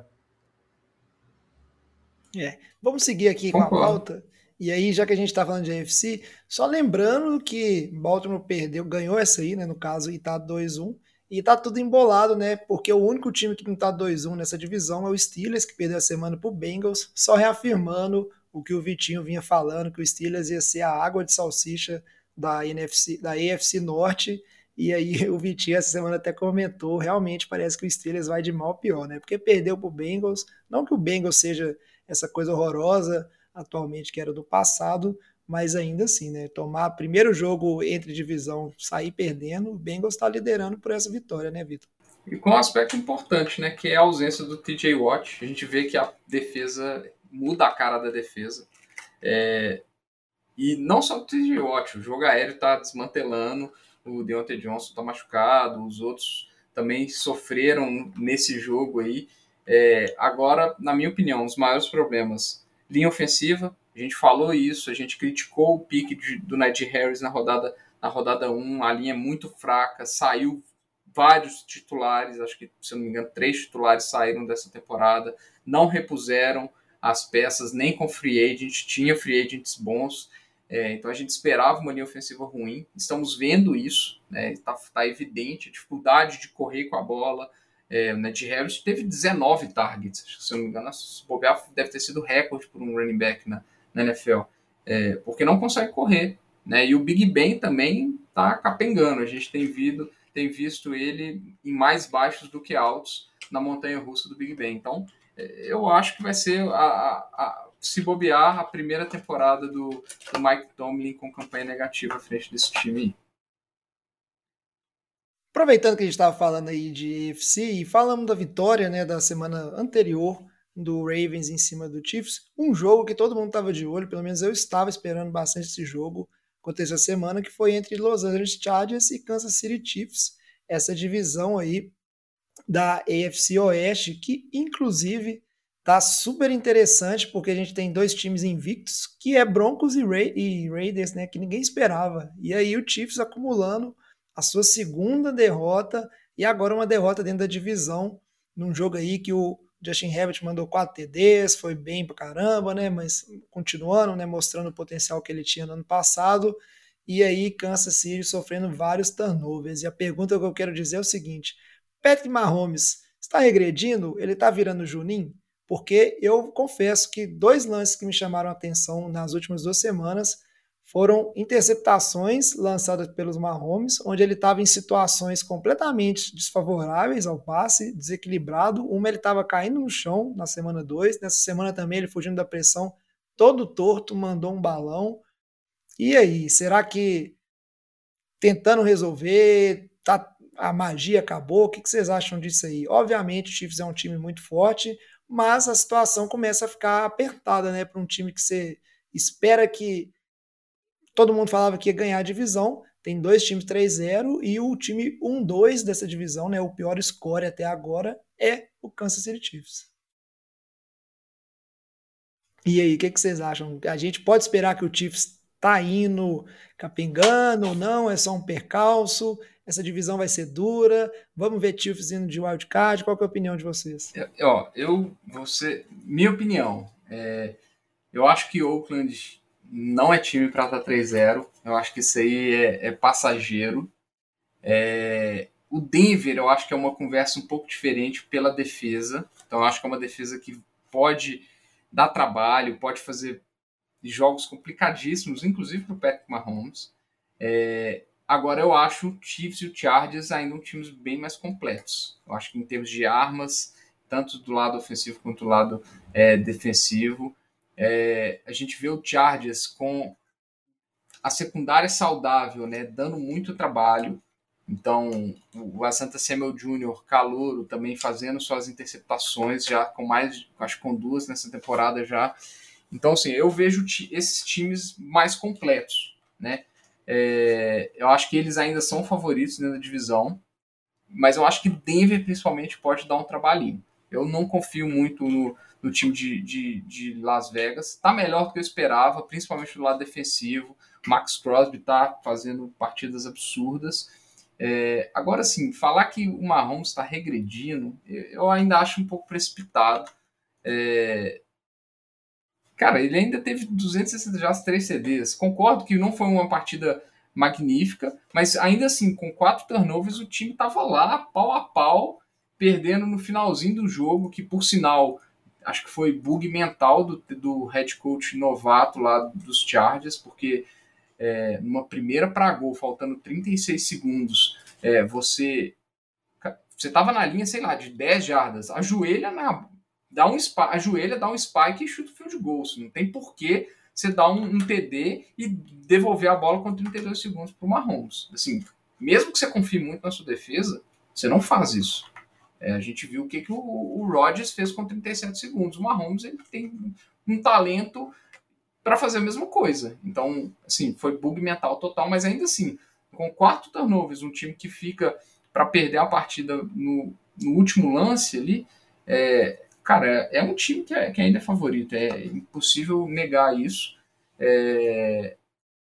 É, vamos seguir aqui com a pauta. E aí, já que a gente tá falando de A F C, só lembrando que Baltimore perdeu, ganhou essa aí, né, no caso, e tá dois a um, e tá tudo embolado, né, porque o único time que não tá dois a um nessa divisão é o Steelers, que perdeu a semana pro Bengals, só reafirmando o que o Vitinho vinha falando, que o Steelers ia ser a água de salsicha da N F C, da A F C Norte, e aí o Vitinho essa semana até comentou, realmente parece que o Steelers vai de mal a pior, né, porque perdeu pro Bengals, não que o Bengals seja essa coisa horrorosa, atualmente, que era do passado, mas ainda assim, né? Tomar primeiro jogo entre divisão, sair perdendo, o Bengals está liderando por essa vitória, né, Vitor? E com um aspecto importante, né, que é a ausência do T J Watt. A gente vê que a defesa muda a cara da defesa. É... E não só o T J Watt, o jogo aéreo está desmantelando, o Deontay Johnson está machucado, os outros também sofreram nesse jogo aí. É... Agora, na minha opinião, os maiores problemas... Linha ofensiva, a gente falou isso, a gente criticou o pique de, do Najee Harris na rodada, na rodada um, a linha é muito fraca, saiu vários titulares, acho que, se eu não me engano, três titulares saíram dessa temporada, não repuseram as peças, nem com free agent, tinha free agents bons, é, então a gente esperava uma linha ofensiva ruim, estamos vendo isso, está né, tá evidente a dificuldade de correr com a bola. É, o Najee Harris teve dezenove targets, se eu não me engano, se bobear, deve ter sido recorde por um running back na, na N F L, é, porque não consegue correr, né? E o Big Ben também está capengando, a gente tem, visto, tem visto ele em mais baixos do que altos na montanha-russa do Big Ben, então é, eu acho que vai ser, a, a, a, se bobear, a primeira temporada do, do Mike Tomlin com campanha negativa à frente desse time aí. Aproveitando que a gente estava falando aí de A F C e falamos da vitória, né, da semana anterior do Ravens em cima do Chiefs, um jogo que todo mundo estava de olho, pelo menos eu estava esperando bastante esse jogo acontecer essa semana, que foi entre Los Angeles Chargers e Kansas City Chiefs, essa divisão aí da A F C Oeste, que inclusive tá super interessante, porque a gente tem dois times invictos, que é Broncos e, Ra- e Raiders, né, que ninguém esperava. E aí o Chiefs acumulando a sua segunda derrota e agora uma derrota dentro da divisão, num jogo aí que o Justin Herbert mandou quatro T Ds, foi bem pra caramba, né? Mas continuando, né? Mostrando o potencial que ele tinha no ano passado. E aí Kansas City sofrendo vários turnovers. E a pergunta que eu quero dizer é o seguinte: Patrick Mahomes está regredindo? Ele está virando Juninho? Porque eu confesso que dois lances que me chamaram a atenção nas últimas duas semanas foram interceptações lançadas pelos Mahomes, onde ele estava em situações completamente desfavoráveis ao passe, desequilibrado. Uma ele estava caindo no chão na semana dois, nessa semana também ele fugindo da pressão, todo torto, mandou um balão. E aí, será que tentando resolver, tá, a magia acabou? O que vocês acham disso aí? Obviamente o Chiefs é um time muito forte, mas a situação começa a ficar apertada, né, para um time que você espera que todo mundo falava que ia ganhar a divisão, tem dois times três a zero e o time um dois dessa divisão, né, o pior score até agora, é o Kansas City Chiefs. E aí, o que, que vocês acham? A gente pode esperar que o Chiefs tá indo capengando ou não? É só um percalço? Essa divisão vai ser dura? Vamos ver Chiefs indo de wildcard? Qual que é a opinião de vocês? É, ó, eu, você, minha opinião, é, Eu acho que Oakland não é time para estar três a zero. Eu acho que isso aí é, é passageiro. É, o Denver, eu acho que é uma conversa um pouco diferente pela defesa. Então, eu acho que é uma defesa que pode dar trabalho, pode fazer jogos complicadíssimos, inclusive para o Patrick Mahomes. É, agora, eu acho o Chiefs e o Chargers ainda um times bem mais completos. Eu acho que em termos de armas, tanto do lado ofensivo quanto do lado é, defensivo, é, a gente vê o Chargers com a secundária saudável, né, dando muito trabalho. Então, o Asante Samuel Júnior, calouro, também fazendo suas interceptações, já com mais, acho que com duas nessa temporada já. Então, assim, eu vejo esses times mais completos, né? É, eu acho que eles ainda são favoritos dentro da divisão, mas eu acho que Denver, principalmente, pode dar um trabalhinho. Eu não confio muito no, no time de, de, de Las Vegas. Está melhor do que eu esperava, principalmente do lado defensivo. Max Crosby está fazendo partidas absurdas. É, agora, sim, falar que o Mahomes está regredindo, eu ainda acho um pouco precipitado. É, cara, ele ainda teve duzentos e sessenta jardas, três C Ds. Concordo que não foi uma partida magnífica, mas ainda assim, com quatro turnovers, o time estava lá, pau a pau, perdendo no finalzinho do jogo, que, por sinal, acho que foi bug mental do, do head coach novato lá dos Chargers, porque É, numa primeira para gol, faltando trinta e seis segundos, é, você você tava na linha, sei lá, de dez jardas, ajoelha, na, dá um, ajoelha, dá um spike e chuta o field goal. Não tem porquê você dar um, um T D e devolver a bola com trinta e dois segundos para o Mahomes. Assim, mesmo que você confie muito na sua defesa, você não faz isso. É, a gente viu o que, que o, o Rodgers fez com trinta e sete segundos. O Mahomes, ele tem um talento para fazer a mesma coisa. Então, assim, foi bug mental total, mas ainda assim, com quatro turnovers, um time que fica para perder a partida no, no último lance ali, é, cara, é um time que, é, que ainda é favorito, é impossível negar isso. É,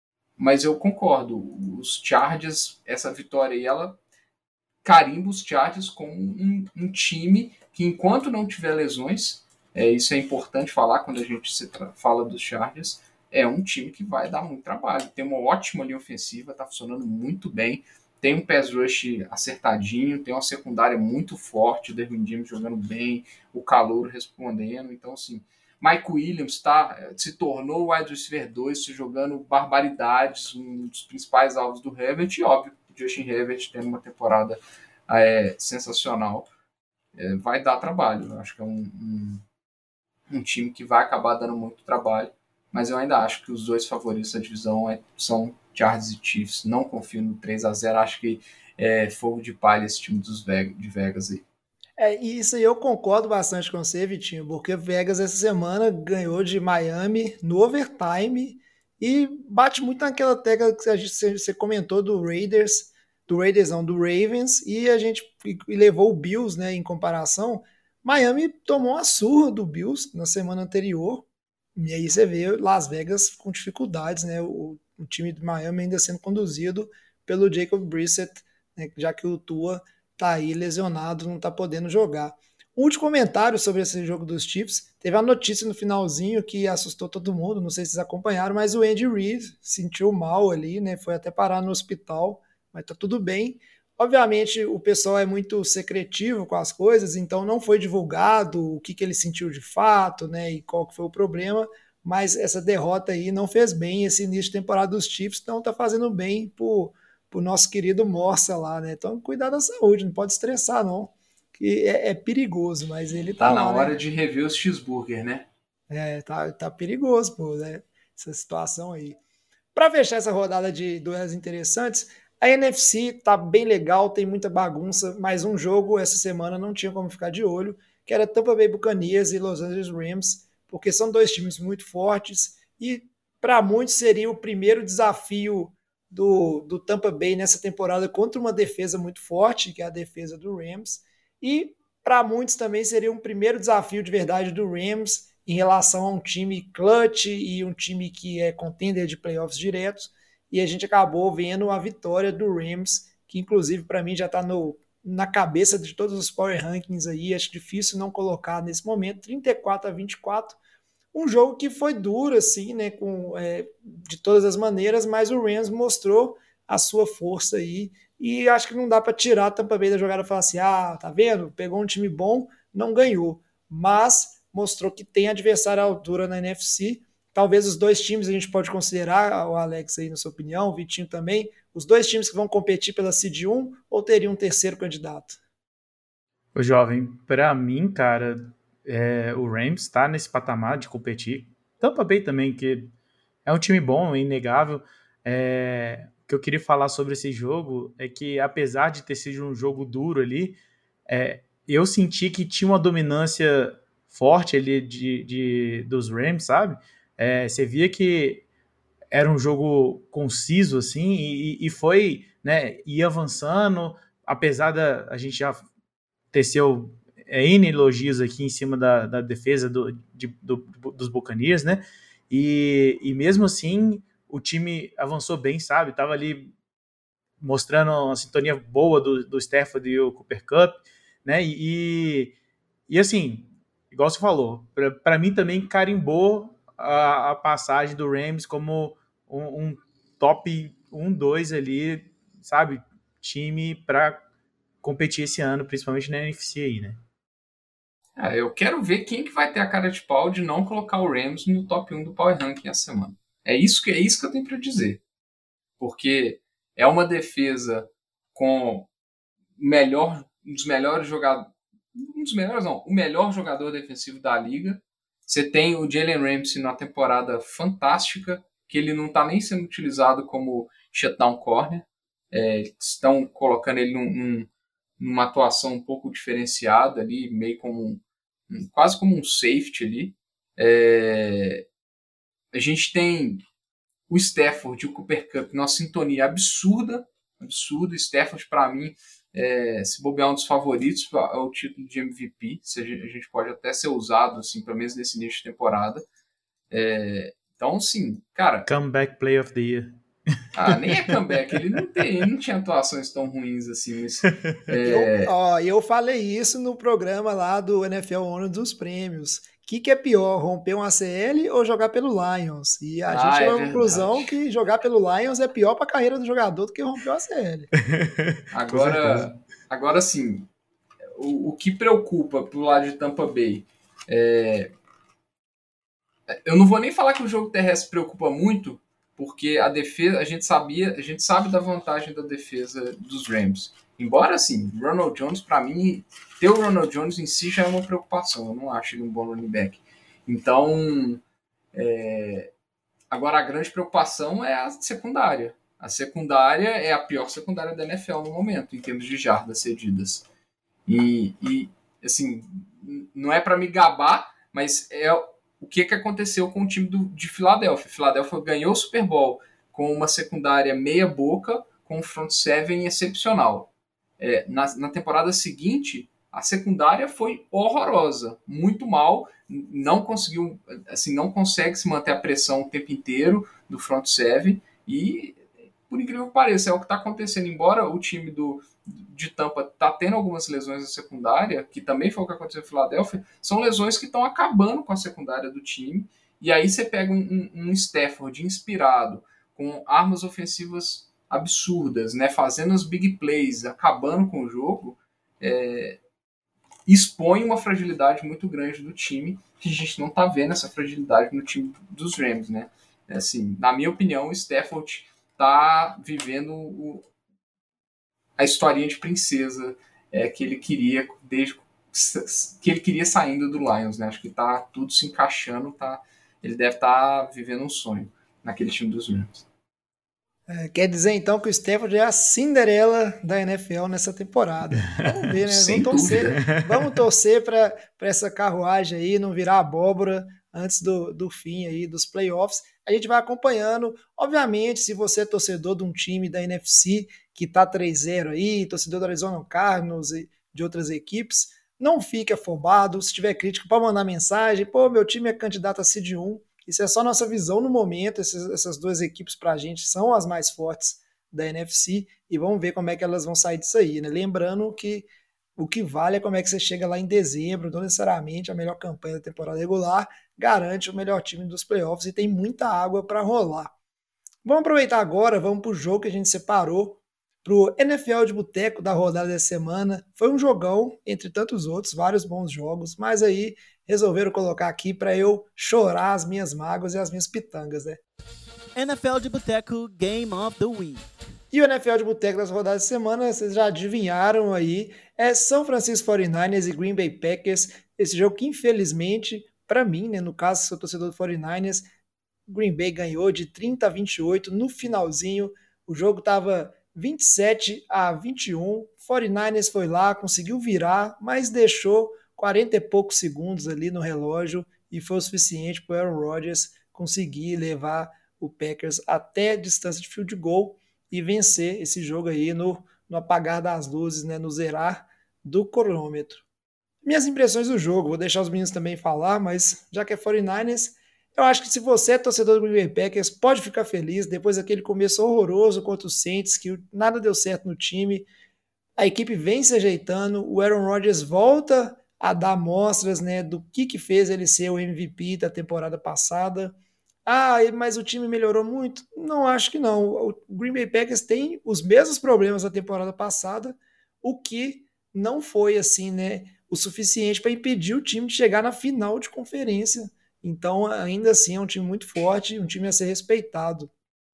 mas eu concordo, os Chargers, essa vitória aí, ela carimba os Chargers como um, um time que, enquanto não tiver lesões, É, isso é importante falar quando a gente se fala dos Chargers. É um time que vai dar muito trabalho. Tem uma ótima linha ofensiva, está funcionando muito bem. Tem um pass rush acertadinho, tem uma secundária muito forte, o Derwin James jogando bem, o calouro respondendo. Então, assim, Mike Williams tá, se tornou o wide receiver dois, se jogando barbaridades, um dos principais alvos do Herbert. E, óbvio, o Justin Herbert tendo uma temporada é, sensacional. É, vai dar trabalho. Eu acho que é um... um um time que vai acabar dando muito trabalho, mas eu ainda acho que os dois favoritos da divisão é, são Chargers e Chiefs. Não confio no três a zero, acho que é fogo de palha esse time dos Vegas, de Vegas aí. É, isso aí eu concordo bastante com você, Vitinho, porque Vegas essa semana ganhou de Miami no overtime e bate muito naquela tecla que a gente, você comentou do Raiders, do Raiders não, do Ravens, e a gente e levou o Bills, né, em comparação. Miami tomou uma surra do Bills na semana anterior, e aí você vê Las Vegas com dificuldades, né? O, o time de Miami ainda sendo conduzido pelo Jacob Brissett, né? Já que o Tua tá aí lesionado, não tá podendo jogar. Um último comentário sobre esse jogo dos Chiefs, teve a notícia no finalzinho que assustou todo mundo, não sei se vocês acompanharam, mas o Andy Reid sentiu mal ali, né? Foi até parar no hospital, mas tá tudo bem. Obviamente, o pessoal é muito secretivo com as coisas, então não foi divulgado o que, que ele sentiu de fato, né, e qual que foi o problema, mas essa derrota aí não fez bem, esse início de temporada dos Chiefs não está fazendo bem pro, pro nosso querido Morsa lá, né, então cuidar da saúde, não pode estressar não, que é, é perigoso, mas ele tá, tá lá, na hora né? de rever os cheeseburger, né? É, tá, tá perigoso, pô, né, essa situação aí. Para fechar essa rodada de duelos interessantes, a N F C tá bem legal, tem muita bagunça, mas um jogo essa semana não tinha como ficar de olho, que era Tampa Bay Buccaneers e Los Angeles Rams, porque são dois times muito fortes e para muitos seria o primeiro desafio do, do Tampa Bay nessa temporada contra uma defesa muito forte, que é a defesa do Rams, e para muitos também seria um primeiro desafio de verdade do Rams em relação a um time clutch e um time que é contender de playoffs diretos, e a gente acabou vendo a vitória do Rams, que inclusive para mim já está na cabeça de todos os power rankings aí, acho difícil não colocar nesse momento, trinta e quatro a vinte e quatro, Um jogo que foi duro, assim, né, com, é, de todas as maneiras, mas o Rams mostrou a sua força aí, e acho que não dá para tirar a Tampa Bay da jogada e falar assim, ah, tá vendo? Pegou um time bom, não ganhou, mas mostrou que tem adversário à altura na N F C. Talvez os dois times a gente pode considerar, o Alex aí na sua opinião, o Vitinho também, os dois times que vão competir pela Seed um ou teria um terceiro candidato? Ô, jovem, pra mim, cara, é, o Rams tá nesse patamar de competir. Tampa Bay também, que é um time bom, é inegável. É, o que eu queria falar sobre esse jogo é que, apesar de ter sido um jogo duro ali, é, eu senti que tinha uma dominância forte ali de, de, dos Rams, sabe? É, você via que era um jogo conciso, assim, e, e foi, né, ir avançando, apesar da a gente já teceu é, N elogios aqui em cima da, da defesa do, de, do, dos Buccaneers, né? E, e mesmo assim, o time avançou bem, sabe? Tava ali mostrando uma sintonia boa do, do Stafford e o Cooper Kupp, né? E, e assim, igual você falou, para mim também carimbou a, a passagem do Rams como um, um top um, dois ali, sabe? Time para competir esse ano, principalmente na N F C aí, né? Ah, eu quero ver quem que vai ter a cara de pau de não colocar o Rams no top um do Power Ranking essa semana. É isso que, é isso que eu tenho para dizer. Porque é uma defesa com melhor, um dos melhores jogadores, um dos melhores não, o melhor jogador defensivo da liga. Você tem o Jalen Ramsey numa temporada fantástica, que ele não está nem sendo utilizado como shutdown corner. É, estão colocando ele num, num, numa atuação um pouco diferenciada ali, meio como um, um, quase como um safety ali. É, a gente tem o Stafford e o Cooper Kupp numa sintonia absurda, absurda. Stafford, para mim, é, se bobear um dos favoritos ao título de M V P, se a, gente, a gente pode até ser usado, assim, pelo menos nesse início de temporada. É, então, sim, cara... Comeback Play of the Year. Ah, nem é comeback, ele não, tem, ele não tinha atuações tão ruins assim. Mas, é... eu, ó, eu falei isso no programa lá do N F L Honor dos prêmios. O que, que é pior, romper um A C L ou jogar pelo Lions? E a ah, gente chegou à é conclusão que jogar pelo Lions é pior para a carreira do jogador do que romper o A C L. Agora, agora sim, o, o que preocupa pro lado de Tampa Bay é... Eu não vou nem falar que o jogo terrestre preocupa muito, porque a defesa, a gente sabia, a gente sabe da vantagem da defesa dos Rams. Embora, assim, Ronald Jones, para mim, ter o Ronald Jones em si já é uma preocupação. Eu não acho ele um bom running back. Então, é... agora a grande preocupação é a secundária. A secundária é a pior secundária da N F L no momento, em termos de jardas cedidas. E, e assim, não é para me gabar, mas é o que, que aconteceu com o time do, de Filadélfia. Filadélfia ganhou o Super Bowl com uma secundária meia boca, com um front seven excepcional. É, na, na temporada seguinte, a secundária foi horrorosa, muito mal, não conseguiu, assim, não consegue se manter a pressão o tempo inteiro do front seven e, por incrível que pareça, é o que está acontecendo. Embora o time do, de Tampa está tendo algumas lesões na secundária, que também foi o que aconteceu em Filadélfia, são lesões que estão acabando com a secundária do time, e aí você pega um, um, um Stafford inspirado, com armas ofensivas absurdas, né, fazendo os big plays, acabando com o jogo, é, expõe uma fragilidade muito grande do time, que a gente não está vendo essa fragilidade no time dos Rams, né? Assim, na minha opinião, o Stafford está vivendo o, a historinha de princesa é, que ele queria desde que ele queria saindo do Lions, né? Acho que tá tudo se encaixando, tá? Ele deve estar tá vivendo um sonho naquele time dos Rams. É, quer dizer então que o Stafford é a Cinderela da N F L nessa temporada. Vamos ver, né? Vamos torcer, vamos torcer para essa carruagem aí não virar abóbora antes do, do fim aí dos playoffs. A gente vai acompanhando. Obviamente, se você é torcedor de um time da N F C que tá três a zero aí, torcedor do Arizona Cardinals e de outras equipes, não fique afobado. Se tiver crítica, pode mandar mensagem. Pô, meu time é candidato a Seed um. Isso é só nossa visão no momento. Essas, essas duas equipes pra gente são as mais fortes da N F C e vamos ver como é que elas vão sair disso aí, né? Lembrando que O que vale é como é que você chega lá em dezembro, não necessariamente a melhor campanha da temporada regular garante o melhor time dos playoffs e tem muita água para rolar. Vamos aproveitar agora, vamos para o jogo que a gente separou para o N F L de Boteco da rodada dessa semana. Foi um jogão, entre tantos outros, vários bons jogos, mas aí resolveram colocar aqui para eu chorar as minhas mágoas e as minhas pitangas, né? N F L de Boteco Game of the Week. E o N F L de Boteco das rodadas de semana, vocês já adivinharam aí, é São Francisco forty-niners e Green Bay Packers. Esse jogo que, infelizmente, para mim, né, no caso, sou torcedor do forty-niners, Green Bay ganhou de trinta a vinte e oito no finalzinho. O jogo estava vinte e sete a vinte e um. forty-niners foi lá, conseguiu virar, mas deixou quarenta e poucos segundos ali no relógio e foi o suficiente para o Aaron Rodgers conseguir levar o Packers até a distância de field goal e vencer esse jogo aí no, no apagar das luzes, né, no zerar do cronômetro. Minhas impressões do jogo, vou deixar os meninos também falar, mas já que é forty-niners, eu acho que se você é torcedor do Green Bay Packers, pode ficar feliz depois daquele começo horroroso contra o Saints, que nada deu certo no time, a equipe vem se ajeitando, o Aaron Rodgers volta a dar mostras, né, do que, que fez ele ser o M V P da temporada passada. Ah, mas o time melhorou muito? Não, acho que não. O Green Bay Packers tem os mesmos problemas da temporada passada, o que não foi assim, né, o suficiente para impedir o time de chegar na final de conferência. Então, ainda assim, é um time muito forte, um time a ser respeitado.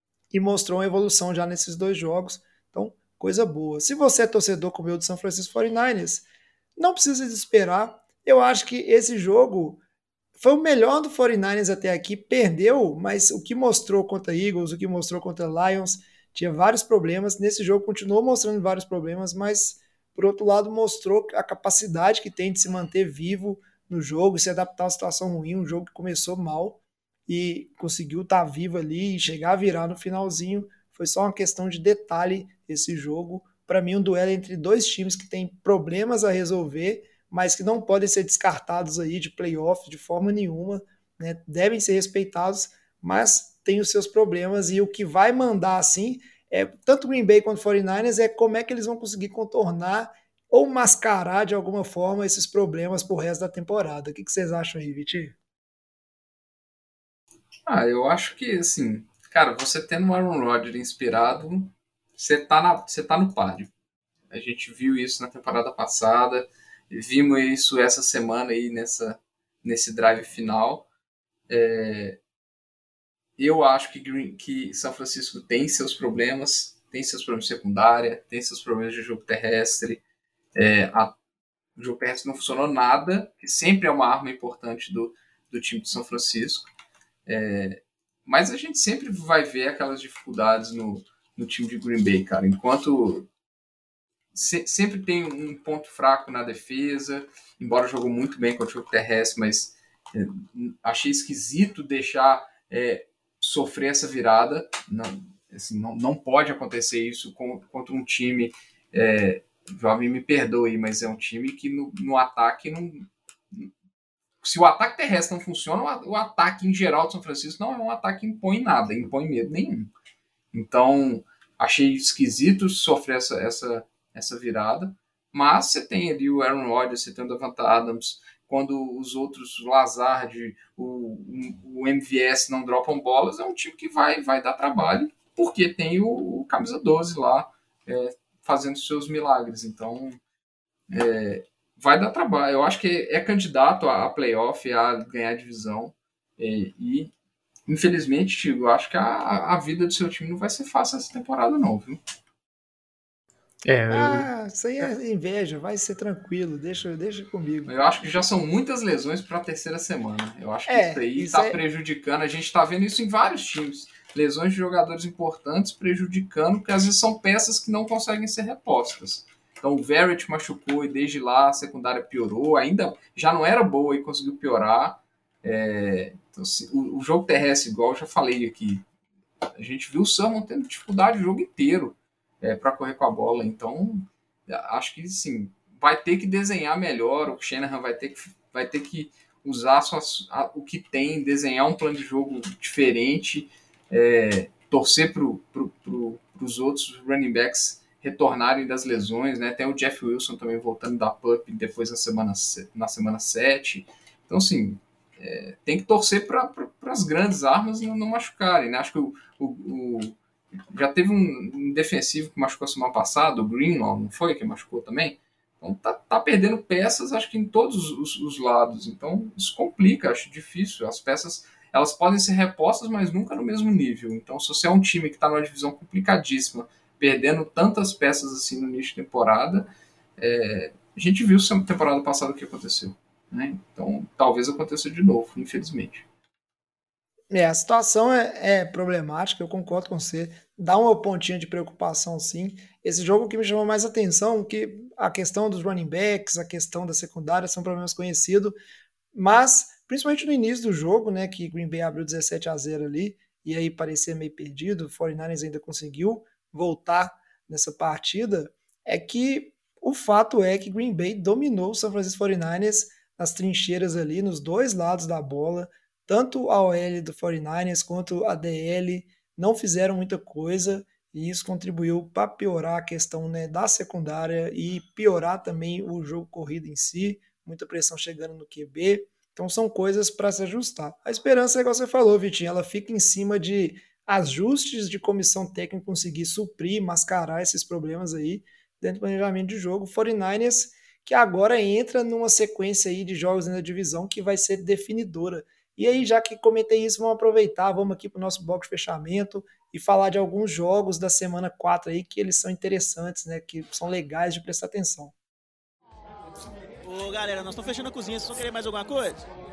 E mostrou uma evolução já nesses dois jogos. Então, coisa boa. Se você é torcedor como eu do São Francisco forty-niners, não precisa desesperar. Eu acho que esse jogo foi o melhor do forty-niners até aqui, perdeu, mas o que mostrou contra Eagles, o que mostrou contra Lions, tinha vários problemas. Nesse jogo continuou mostrando vários problemas, mas por outro lado mostrou a capacidade que tem de se manter vivo no jogo e se adaptar a uma situação ruim, um jogo que começou mal e conseguiu estar vivo ali e chegar a virar no finalzinho. Foi só uma questão de detalhe esse jogo. Para mim, um duelo entre dois times que têm problemas a resolver, mas que não podem ser descartados aí de playoff de forma nenhuma, né? Devem ser respeitados, mas tem os seus problemas e o que vai mandar assim, é, tanto o Green Bay quanto o forty-niners, é como é que eles vão conseguir contornar ou mascarar de alguma forma esses problemas pro resto da temporada. O que, que vocês acham aí, Vitinho? Ah, eu acho que, assim, cara, você tendo um Aaron Rodgers inspirado, você tá, na, você tá no páreo. A gente viu isso na temporada passada, vimos isso essa semana aí nessa, nesse drive final. É, eu acho que, Green, que São Francisco tem seus problemas, tem seus problemas de secundária, tem seus problemas de jogo terrestre. É, a, o jogo terrestre não funcionou nada, que sempre é uma arma importante do, do time de São Francisco. É, mas a gente sempre vai ver aquelas dificuldades no, no time de Green Bay, cara. Enquanto se, sempre tem um ponto fraco na defesa, embora jogou muito bem contra o jogo terrestre, mas é, achei esquisito deixar é, sofrer essa virada. Não, assim, não, não pode acontecer isso com, contra um time... É, Jovem, me perdoe, mas é um time que no, no ataque não... Se o ataque terrestre não funciona, o, o ataque em geral de São Francisco não é um ataque que impõe nada, impõe medo nenhum. Então, achei esquisito sofrer essa, essa, essa virada, mas você tem ali o Aaron Rodgers, você tem o Davante Adams, quando os outros, o Lazard, o, o M V S não dropam bolas, é um time que vai, vai dar trabalho, porque tem o, o camisa doze lá, é, fazendo seus milagres. Então, é, vai dar trabalho. Eu acho que é candidato a playoff, a ganhar divisão. É, e, infelizmente, Tigo, eu acho que a, a vida do seu time não vai ser fácil essa temporada, não, viu? É, eu... Ah, isso aí é inveja, vai ser tranquilo, deixa, deixa comigo. Eu acho que já são muitas lesões para a terceira semana. Eu acho que É, isso aí isso está é- prejudicando. A gente está vendo isso em vários times. Lesões de jogadores importantes prejudicando, porque às vezes são peças que não conseguem ser repostas. Então o Verrett machucou e desde lá a secundária piorou. Ainda já não era boa e conseguiu piorar. É, então, se- o, o jogo terrestre, igual eu já falei aqui, a gente viu o Salmon tendo dificuldade o jogo inteiro é, para correr com a bola. Então, acho que sim, vai ter que desenhar melhor. O Shanahan vai ter que, vai ter que usar suas, a, o que tem, desenhar um plano de jogo diferente, é, torcer para pro, pro, os outros running backs retornarem das lesões, né? Tem o Jeff Wilson também voltando da P U P depois na semana, na semana sete. Então, assim, é, tem que torcer para pra, as grandes armas não, não machucarem, né? Acho que o, o, o, já teve um, um defensivo que machucou semana passada, o Greenlaw, não foi? Que machucou também? Então tá, tá perdendo peças, acho que em todos os, os lados. Então isso complica, acho difícil. As peças, elas podem ser repostas, mas nunca no mesmo nível. Então se você é um time que está numa divisão complicadíssima, perdendo tantas peças assim no início de temporada, é, a gente viu na temporada passada o que aconteceu, né? Então talvez aconteça de novo, infelizmente. É, a situação é, é problemática, eu concordo com você. Dá uma pontinha de preocupação, sim. Esse jogo que me chamou mais atenção, que a questão dos running backs, a questão da secundária são problemas conhecidos, mas principalmente no início do jogo, né, que Green Bay abriu dezessete a zero ali, e aí parecia meio perdido, o quarenta e nine ers ainda conseguiu voltar nessa partida, é que o fato é que Green Bay dominou o San Francisco quarenta e nine ers nas trincheiras ali, nos dois lados da bola. Tanto a O L do quarenta e nine ers quanto a D L não fizeram muita coisa e isso contribuiu para piorar a questão, né, da secundária e piorar também o jogo corrido em si, muita pressão chegando no Q B. Então são coisas para se ajustar. A esperança, igual você falou, Vitinho, ela fica em cima de ajustes de comissão técnica conseguir suprir, mascarar esses problemas aí dentro do planejamento de jogo. quarenta e nine ers que agora entra numa sequência aí de jogos na divisão que vai ser definidora. E aí, já que comentei isso, vamos aproveitar, vamos aqui para o nosso bloco de fechamento e falar de alguns jogos da semana quatro aí que eles são interessantes, né? Que são legais de prestar atenção. Ô galera, nós estamos fechando a cozinha, vocês vão querer mais alguma coisa?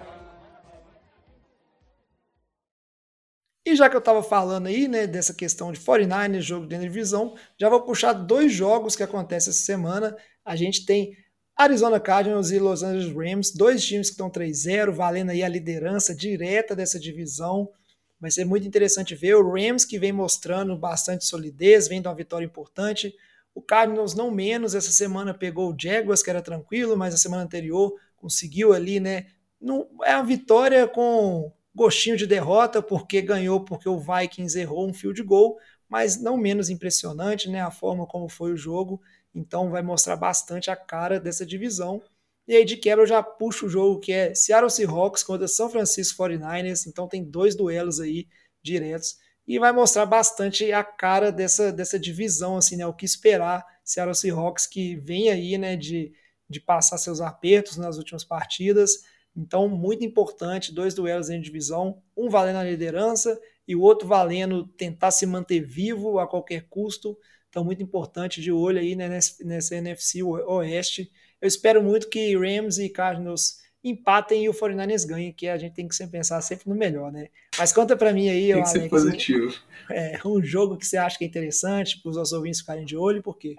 E já que eu estava falando aí, né, dessa questão de quarenta e nine ers, jogo dentro da divisão, já vou puxar dois jogos que acontecem essa semana. A gente tem Arizona Cardinals e Los Angeles Rams, dois times que estão três a zero, valendo aí a liderança direta dessa divisão. Vai ser muito interessante ver o Rams, que vem mostrando bastante solidez, vem de uma vitória importante. O Cardinals não menos, essa semana pegou o Jaguars, que era tranquilo, mas a semana anterior conseguiu ali, né? Não, é uma vitória com gostinho de derrota, porque ganhou porque o Vikings errou um field goal, mas não menos impressionante, né? A forma como foi o jogo. Então vai mostrar bastante a cara dessa divisão. E aí de quebra eu já puxo o jogo que é Seattle Seahawks contra São Francisco quarenta e nine ers. Então tem dois duelos aí diretos. E vai mostrar bastante a cara dessa, dessa divisão, assim, né? O que esperar. Seattle Seahawks que vem aí, né, de, de passar seus apertos nas últimas partidas. Então muito importante, dois duelos em divisão. Um valendo a liderança e o outro valendo tentar se manter vivo a qualquer custo. Então, muito importante, de olho aí, né, nessa N F C Oeste. Eu espero muito que Rams e Cardinals empatem e o quarenta e nine ers ganhem, que a gente tem que sempre pensar sempre no melhor, né? Mas conta para mim aí, tem que Alex, ser positivo. Um, é, um jogo que você acha que é interessante para os nossos ouvintes ficarem de olho, por quê?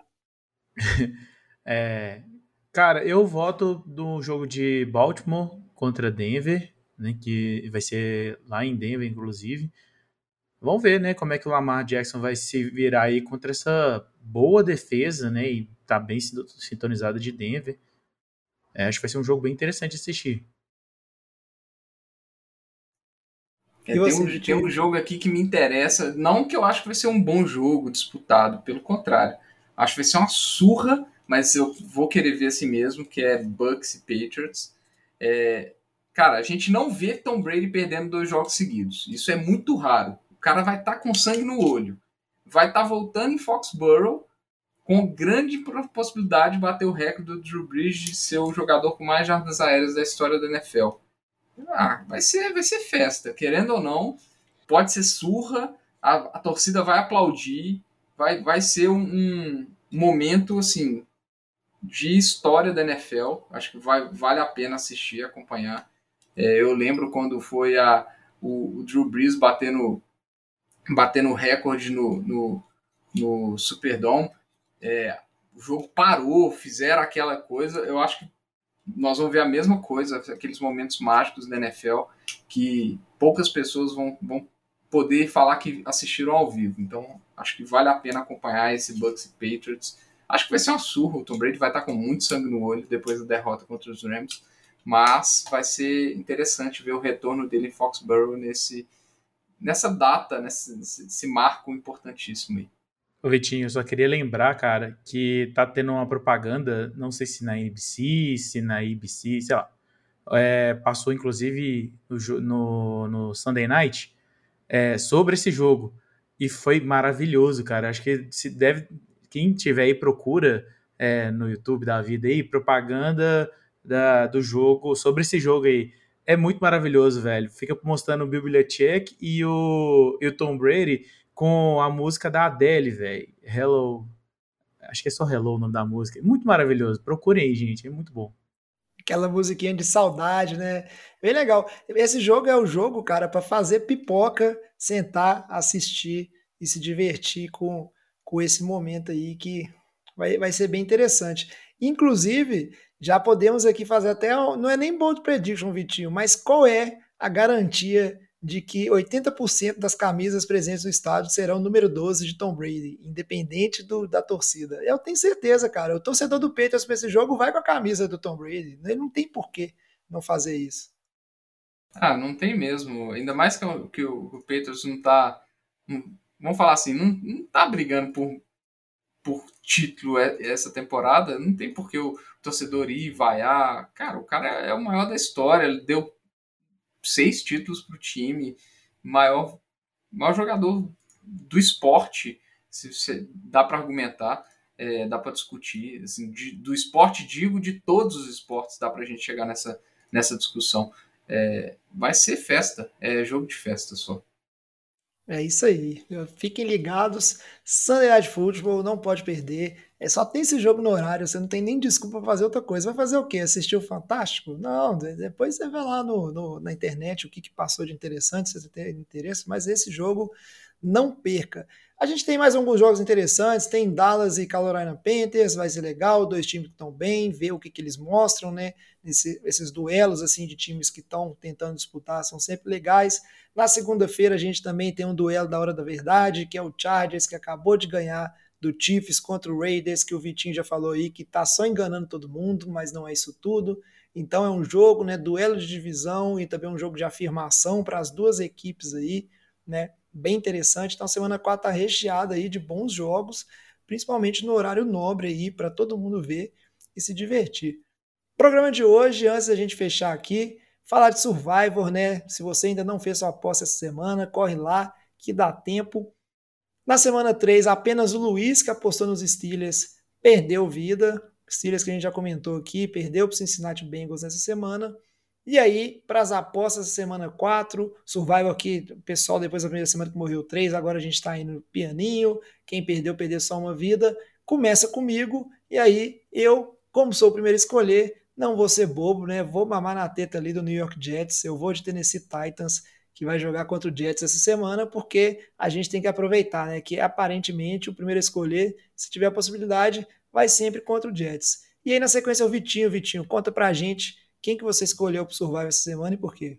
é, cara, eu voto no jogo de Baltimore contra Denver, né, que vai ser lá em Denver, inclusive. Vamos ver, né, como é que o Lamar Jackson vai se virar aí contra essa boa defesa, né, e tá bem sintonizado de Denver. É, acho que vai ser um jogo bem interessante de assistir. É, tem, um, tem um jogo aqui que me interessa, não que eu acho que vai ser um bom jogo disputado, pelo contrário. Acho que vai ser uma surra, mas eu vou querer ver assim mesmo, que é Bucks e Patriots. É, cara, a gente não vê Tom Brady perdendo dois jogos seguidos. Isso é muito raro. O cara vai estar tá com sangue no olho. Vai estar tá voltando em Foxborough com grande possibilidade de bater o recorde do Drew Brees de ser o jogador com mais jardas aéreas da história da N F L. Ah, vai ser, vai ser festa. Querendo ou não, pode ser surra, a, a torcida vai aplaudir, vai, vai ser um, um momento assim, de história da N F L. Acho que vai, vale a pena assistir, acompanhar. É, eu lembro quando foi a, o, o Drew Brees batendo batendo recorde no, no, no Superdome. É, o jogo parou, fizeram aquela coisa. Eu acho que nós vamos ver a mesma coisa, aqueles momentos mágicos da N F L que poucas pessoas vão, vão poder falar que assistiram ao vivo. Então, acho que vale a pena acompanhar esse Bucks e Patriots. Acho que vai ser uma surra. O Tom Brady vai estar com muito sangue no olho depois da derrota contra os Rams, mas vai ser interessante ver o retorno dele em Foxborough nesse, nessa data, nesse, nesse marco importantíssimo aí. Ô, Vitinho, eu só queria lembrar, cara, que tá tendo uma propaganda, não sei se na N B C, se na A B C, sei lá. É, passou, inclusive, no, jo- no, no Sunday Night, é, sobre esse jogo. E foi maravilhoso, cara. Acho que se deve. Quem tiver aí, procura é, no YouTube da vida aí, propaganda da, do jogo, sobre esse jogo aí. É muito maravilhoso, velho. Fica mostrando o Bill Belichick e o, e o Tom Brady com a música da Adele, velho. Hello. Acho que é só Hello o nome da música. Muito maravilhoso. Procurem aí, gente. É muito bom. Aquela musiquinha de saudade, né? Bem legal. Esse jogo é o jogo, cara, para fazer pipoca, sentar, assistir e se divertir com, com esse momento aí que vai, vai ser bem interessante. Inclusive, já podemos aqui fazer até, um- não é nem bold prediction, Vitinho, mas qual é a garantia de que oitenta por cento das camisas presentes no estádio serão número doze de Tom Brady, independente do, da torcida? Eu tenho certeza, cara. O torcedor do Patriots para esse jogo vai com a camisa do Tom Brady. Ele não tem por que não fazer isso. Ah, não tem mesmo. Ainda mais que, o- que o, o Patriots não tá. não- vamos falar assim, não, não tá brigando por, por título e- essa temporada. Não tem por que o torcedor ir vaiar. Cara, o cara é o maior da história. Ele deu seis títulos pro time. Maior, maior jogador do esporte. Se, se- dá para argumentar, é, dá para discutir. Assim, de- do esporte, digo, de todos os esportes, dá pra gente chegar nessa, nessa discussão. É, vai ser festa, é jogo de festa só. É isso aí. Fiquem ligados. Sunday Night Football não pode perder. É só tem esse jogo no horário. Você não tem nem desculpa pra fazer outra coisa. Vai fazer o quê? Assistir o Fantástico? Não. de- Depois você vê lá no, no- na internet o que, que passou de interessante, se você tem interesse. Mas esse jogo não perca. A gente tem mais alguns jogos interessantes. Tem Dallas e Carolina Panthers. Vai ser legal. Dois times que estão bem. Ver o que, que eles mostram, né? Esse- esses duelos assim de times que estão tentando disputar são sempre legais. Na segunda-feira a gente também tem um duelo da hora da verdade, que é o Chargers, que acabou de ganhar do Chiefs contra o Raiders, que o Vitinho já falou aí, que tá só enganando todo mundo, mas não é isso tudo. Então é um jogo, né, duelo de divisão e também um jogo de afirmação para as duas equipes aí, né, bem interessante. Então a semana quatro tá recheada aí de bons jogos, principalmente no horário nobre aí, para todo mundo ver e se divertir. Programa de hoje, antes da gente fechar aqui, falar de Survivor, né? Se você ainda não fez sua aposta essa semana, corre lá que dá tempo. Na semana três, apenas o Luiz, que apostou nos Steelers, perdeu vida. Steelers que a gente já comentou aqui, perdeu para o Cincinnati Bengals nessa semana. E aí, para as apostas da semana quatro, Survivor aqui, o pessoal depois da primeira semana que morreu três, agora a gente está indo pianinho. Quem perdeu, perdeu só uma vida. Começa comigo, e aí eu, como sou o primeiro a escolher, não vou ser bobo, né? Vou mamar na teta ali do New York Jets. Eu vou de Tennessee Titans, que vai jogar contra o Jets essa semana, porque a gente tem que aproveitar, né? Que aparentemente o primeiro a escolher, se tiver a possibilidade, vai sempre contra o Jets. E aí na sequência é o Vitinho. Vitinho, conta pra gente quem que você escolheu pro Survivor essa semana e por quê?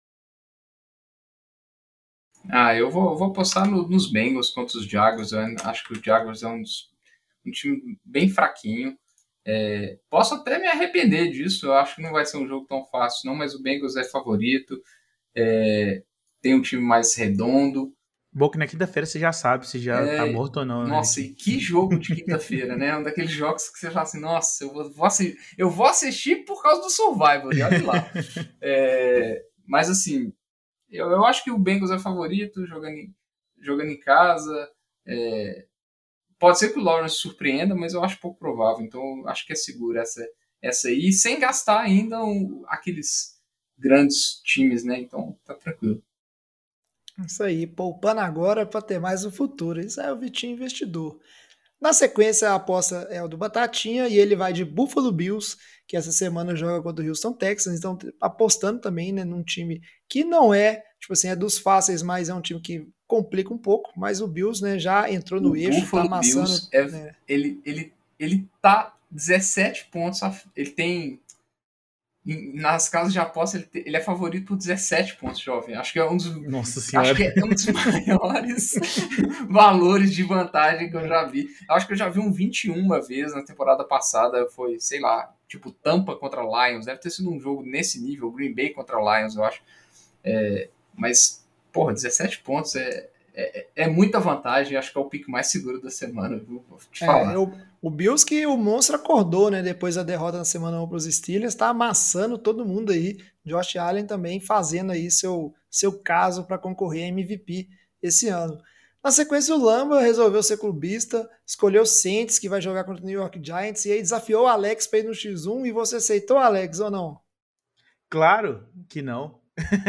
Ah, eu vou, eu vou apostar no- nos Bengals contra os Jaguars. Eu acho que o Jaguars é um, dos- um time bem fraquinho. É, posso até me arrepender disso. Eu acho que não vai ser um jogo tão fácil, não, mas o Bengals é favorito. É, tem um time mais redondo. Bom que na quinta-feira você já sabe se já tá É, morto ou não, né, nossa, e Vitinho? que jogo de quinta-feira, né? Um daqueles jogos que você fala assim, nossa, eu vou, vou assistir, eu vou assistir por causa do Survivor, e olha lá. É, mas assim, eu, eu acho que o Bengals é favorito, jogando em, jogando em casa. É, pode ser que o Lawrence surpreenda, mas eu acho pouco provável. Então, eu acho que é seguro essa, essa aí, sem gastar ainda um, aqueles grandes times, né? Então, tá tranquilo. Isso aí, poupando agora para ter mais no futuro. Isso é o Vitinho investidor. Na sequência, a aposta é o do Batatinha e ele vai de Buffalo Bills, que essa semana joga contra o Houston Texans. Então, apostando também, né, num time que não é, tipo assim, é dos fáceis, mas é um time que complica um pouco. Mas o Bills, né, já entrou O no eixo, tá Buffalo amassando, Bills, é, né? ele, ele, ele tá dezessete pontos, ele tem nas casas de aposta, ele, ele é favorito por dezessete pontos, jovem. Acho que é um dos, Nossa senhora. acho que é um dos maiores valores de vantagem que eu já vi. Eu acho que eu já vi um vinte e uma vezes na temporada passada. Foi, sei lá, tipo Tampa contra Lions. Deve ter sido um jogo nesse nível, Green Bay contra Lions, eu acho. É, mas, porra, dezessete pontos é, é, é muita vantagem, acho que é o pick mais seguro da semana, viu? Vou te falar. É, o, o Bills que o monstro acordou, né? Depois da derrota na semana um para os Steelers, tá amassando todo mundo aí. Josh Allen também fazendo aí seu, seu caso para concorrer a M V P esse ano. Na sequência, o Lamba resolveu ser clubista, escolheu o Saints, que vai jogar contra o New York Giants, e aí desafiou o Alex para ir no X um, e você aceitou, Alex, ou não? Claro que não.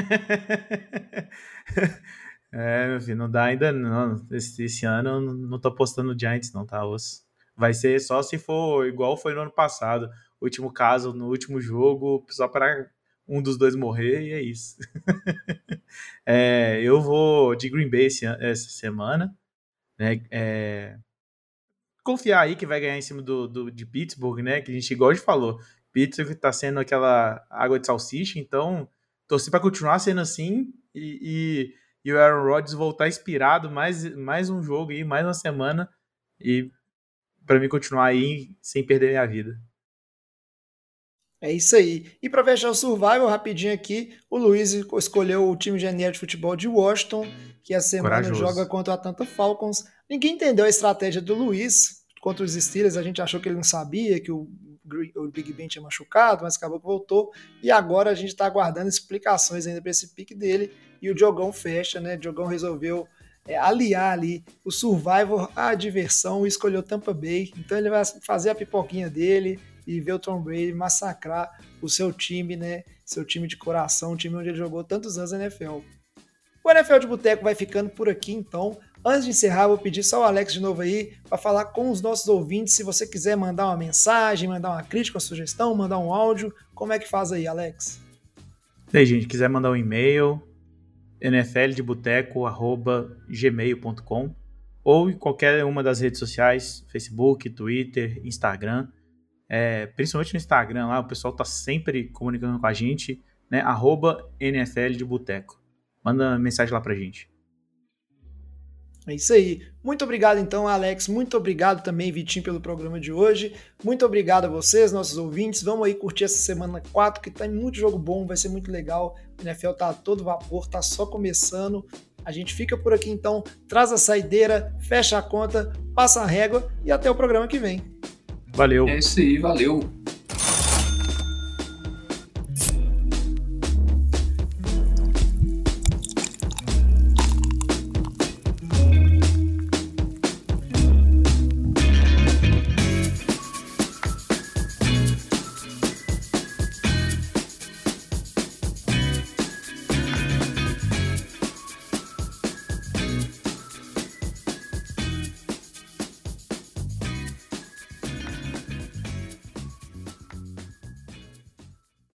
É, meu filho, não dá ainda não. Esse, esse ano eu não tô apostando no Giants não, tá? Vai ser só se for igual foi no ano passado. Último caso, no último jogo, só para um dos dois morrer e é isso. É, eu vou de Green Bay esse, essa semana, né? É, confiar aí que vai ganhar em cima do, do, de Pittsburgh, né? Que a gente, igual a gente falou, Pittsburgh tá sendo aquela água de salsicha, então torci para continuar sendo assim e, e, e o Aaron Rodgers voltar inspirado mais, mais um jogo aí, mais uma semana e para mim continuar aí sem perder minha vida. É isso aí. E para fechar o Survival, rapidinho aqui, o Luiz escolheu o time de N L de futebol de Washington, que a semana Corajoso. joga contra o Atlanta Falcons. Ninguém entendeu a estratégia do Luiz contra os Steelers, a gente achou que ele não sabia, que o, o Big Ben tinha machucado, mas acabou que voltou. E agora a gente está aguardando explicações ainda para esse pique dele, e o Diogão fecha, né? O Diogão resolveu é, aliar ali o Survivor à diversão e escolheu Tampa Bay. Então ele vai fazer a pipoquinha dele e ver o Tom Brady massacrar o seu time, né? Seu time de coração, o time onde ele jogou tantos anos na N F L. O N F L de Boteco vai ficando por aqui, então. Antes de encerrar, vou pedir só o Alex de novo aí para falar com os nossos ouvintes. Se você quiser mandar uma mensagem, mandar uma crítica, uma sugestão, mandar um áudio, como é que faz aí, Alex? E aí, gente, quiser mandar um e-mail, n f l de boteco arroba gmail ponto com ou em qualquer uma das redes sociais, Facebook, Twitter, Instagram. É, principalmente no Instagram lá, o pessoal tá sempre comunicando com a gente, né? Arroba N F L de Boteco. Manda mensagem lá pra gente. É isso aí. Muito obrigado então, Alex. Muito obrigado também, Vitinho, pelo programa de hoje. Muito obrigado a vocês, nossos ouvintes. Vamos aí curtir essa semana quatro, que tem muito jogo bom, vai ser muito legal. O N F L tá a todo vapor, tá só começando. A gente fica por aqui então, traz a saideira, fecha a conta, passa a régua e até o programa que vem. Valeu. É isso aí, valeu.